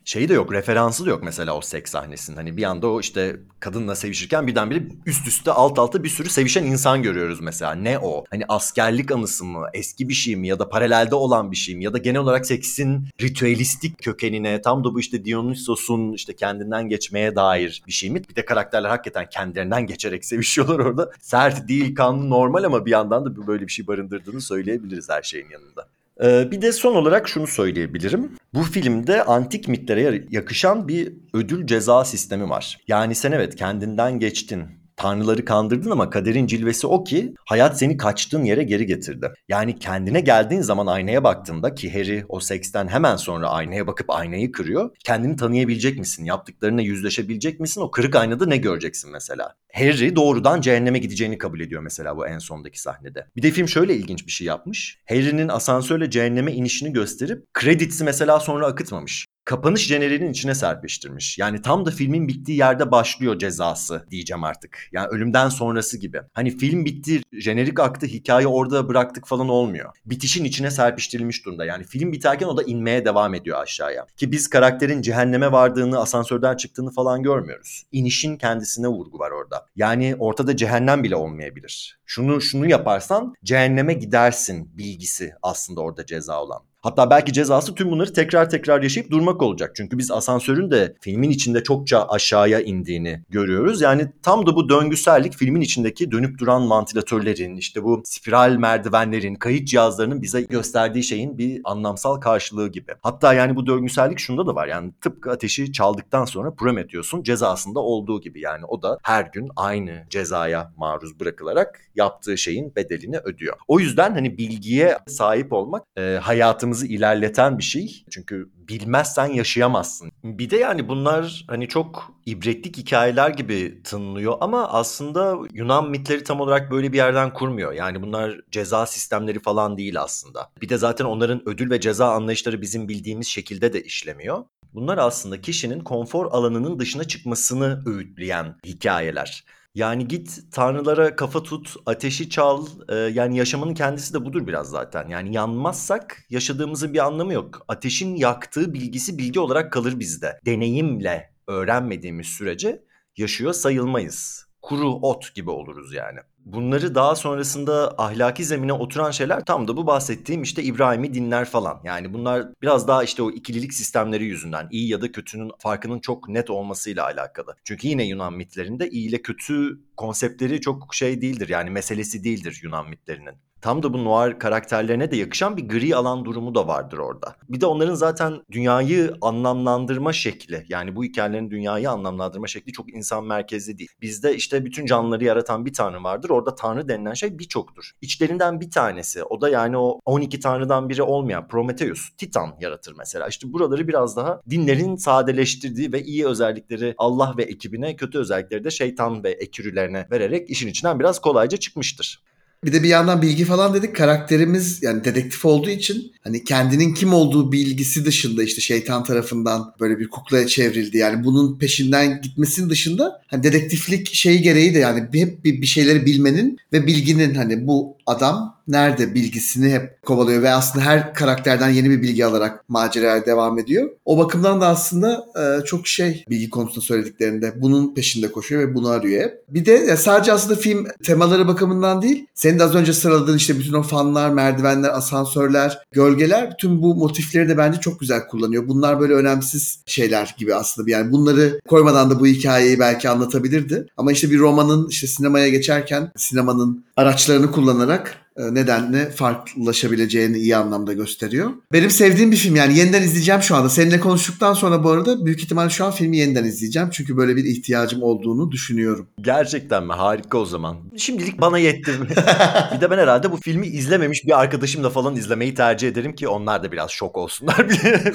Şeyi de yok, referansı da yok mesela o seks sahnesinin. Hani bir anda o işte kadınla sevişirken birdenbire üst üste alt alta bir sürü sevişen insan görüyoruz mesela. Ne o? Hani askerlik anısı mı? Eski bir şey mi? Ya da paralelde olan bir şey mi? Ya da genel olarak seksin ritüelistik kökenine, tam da bu işte Dionysos'un işte kendinden geçmeye dair bir şey mi? Bir de karakterler hakikaten kendilerinden geçerek sevişiyorlar orada. Sert değil, kanlı, normal ama bir yandan da böyle bir şey barındırdığını söyleyebiliriz her şeyin yanında. Ee, bir de son olarak şunu söyleyebilirim. Bu filmde antik mitlere yakışan bir ödül ceza sistemi var. Yani sen evet kendinden geçtin, tanrıları kandırdın ama kaderin cilvesi o ki hayat seni kaçtığın yere geri getirdi. Yani kendine geldiğin zaman aynaya baktığında, ki Harry o seksten hemen sonra aynaya bakıp aynayı kırıyor. Kendini tanıyabilecek misin? Yaptıklarına yüzleşebilecek misin? O kırık aynada ne göreceksin mesela? Harry doğrudan cehenneme gideceğini kabul ediyor mesela bu en sondaki sahnede. Bir de film şöyle ilginç bir şey yapmış. Harry'nin asansörle cehenneme inişini gösterip kredisi mesela sonra akıtmamış. Kapanış jeneriğinin içine serpiştirmiş. Yani tam da filmin bittiği yerde başlıyor cezası diyeceğim artık. Yani ölümden sonrası gibi. Hani film bitti, jenerik aktı, hikaye orada bıraktık falan olmuyor. Bitişin içine serpiştirilmiş durumda. Yani film biterken o da inmeye devam ediyor aşağıya. Ki biz karakterin cehenneme vardığını, asansörden çıktığını falan görmüyoruz. İnişin kendisine vurgu var orada. Yani ortada cehennem bile olmayabilir. Şunu şunu yaparsan cehenneme gidersin bilgisi aslında orada ceza olan. Hatta belki cezası tüm bunları tekrar tekrar yaşayıp durmak olacak. Çünkü biz asansörün de filmin içinde çokça aşağıya indiğini görüyoruz. Yani tam da bu döngüsellik filmin içindeki dönüp duran vantilatörlerin, işte bu spiral merdivenlerin, kayıt cihazlarının bize gösterdiği şeyin bir anlamsal karşılığı gibi. Hatta yani bu döngüsellik şunda da var. Yani tıpkı ateşi çaldıktan sonra Prometheus'un cezasında olduğu gibi. Yani o da her gün aynı cezaya maruz bırakılarak yaptığı şeyin bedelini ödüyor. O yüzden hani bilgiye sahip olmak e, hayatımız ilerleten bir şey. Çünkü bilmezsen yaşayamazsın. Bir de yani bunlar hani çok ibretlik hikayeler gibi tınlıyor ama aslında Yunan mitleri tam olarak böyle bir yerden kurmuyor. Yani bunlar ceza sistemleri falan değil aslında. Bir de zaten onların ödül ve ceza anlayışları bizim bildiğimiz şekilde de işlemiyor. Bunlar aslında kişinin konfor alanının dışına çıkmasını öğütleyen hikayeler. Yani git tanrılara kafa tut, ateşi çal, e, yani yaşamanın kendisi de budur biraz zaten. Yani yanmazsak yaşadığımızın bir anlamı yok. Ateşin yaktığı bilgisi bilgi olarak kalır bizde. Deneyimle öğrenmediğimiz sürece yaşıyor sayılmayız. Kuru ot gibi oluruz yani. Bunları daha sonrasında ahlaki zemine oturan şeyler tam da bu bahsettiğim işte İbrahimi dinler falan. Yani bunlar biraz daha işte o ikililik sistemleri yüzünden iyi ya da kötünün farkının çok net olmasıyla alakalı. Çünkü yine Yunan mitlerinde iyi ile kötü konseptleri çok şey değildir, yani meselesi değildir Yunan mitlerinin. Tam da bu noir karakterlerine de yakışan bir gri alan durumu da vardır orada. Bir de onların zaten dünyayı anlamlandırma şekli, yani bu hikayelerin dünyayı anlamlandırma şekli çok insan merkezli değil. Bizde işte bütün canlıları yaratan bir tanrı vardır. Orada tanrı denilen şey birçoktur. İçlerinden bir tanesi, o da yani o on iki tanrıdan biri olmayan Prometheus, Titan yaratır mesela. İşte buraları biraz daha dinlerin sadeleştirdiği ve iyi özellikleri Allah ve ekibine, kötü özellikleri de şeytan ve ekürülerine vererek işin içinden biraz kolayca çıkmıştır. Bir de bir yandan bilgi falan dedik. Karakterimiz yani dedektif olduğu için hani kendinin kim olduğu bilgisi dışında işte şeytan tarafından böyle bir kuklaya çevrildi. Yani bunun peşinden gitmesinin dışında hani dedektiflik şeyi gereği de yani hep bir, bir şeyleri bilmenin ve bilginin, hani bu adam nerede bilgisini hep kovalıyor ve aslında her karakterden yeni bir bilgi alarak maceraya devam ediyor. O bakımdan da aslında e, çok şey bilgi konusunda söylediklerinde bunun peşinde koşuyor ve bunu arıyor hep. Bir de ya sadece aslında film temaları bakımından değil, senin de az önce sıraladığın işte bütün o fanlar, merdivenler, asansörler, gölgeler, tüm bu motifleri de bence çok güzel kullanıyor. Bunlar böyle önemsiz şeyler gibi aslında. Yani bunları koymadan da bu hikayeyi belki anlatabilirdi. Ama işte bir romanın işte sinemaya geçerken sinemanın araçlarını kullanarak nedenle farklılaşabileceğini iyi anlamda gösteriyor. Benim sevdiğim bir film, yani yeniden izleyeceğim şu anda. Seninle konuştuktan sonra bu arada büyük ihtimal şu an filmi yeniden izleyeceğim. Çünkü böyle bir ihtiyacım olduğunu düşünüyorum. Gerçekten mi? Harika o zaman. Şimdilik bana yetti. Bir de ben herhalde bu filmi izlememiş bir arkadaşımla falan izlemeyi tercih ederim ki onlar da biraz şok olsunlar.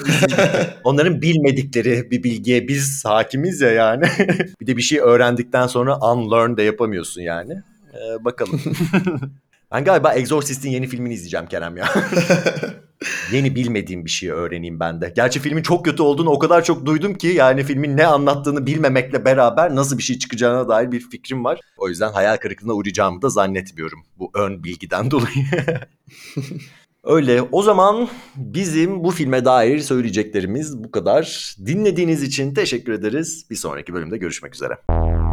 Onların bilmedikleri bir bilgiye biz hakimiz ya yani. Bir de bir şey öğrendikten sonra unlearn de yapamıyorsun yani. Ee, bakalım. Ben galiba Exorcist'in yeni filmini izleyeceğim Kerem ya. Yeni bilmediğim bir şeyi öğreneyim ben de. Gerçi filmin çok kötü olduğunu o kadar çok duydum ki yani filmin ne anlattığını bilmemekle beraber nasıl bir şey çıkacağına dair bir fikrim var. O yüzden hayal kırıklığına uğrayacağımı da zannetmiyorum bu ön bilgiden dolayı. Öyle. O zaman bizim bu filme dair söyleyeceklerimiz bu kadar. Dinlediğiniz için teşekkür ederiz. Bir sonraki bölümde görüşmek üzere.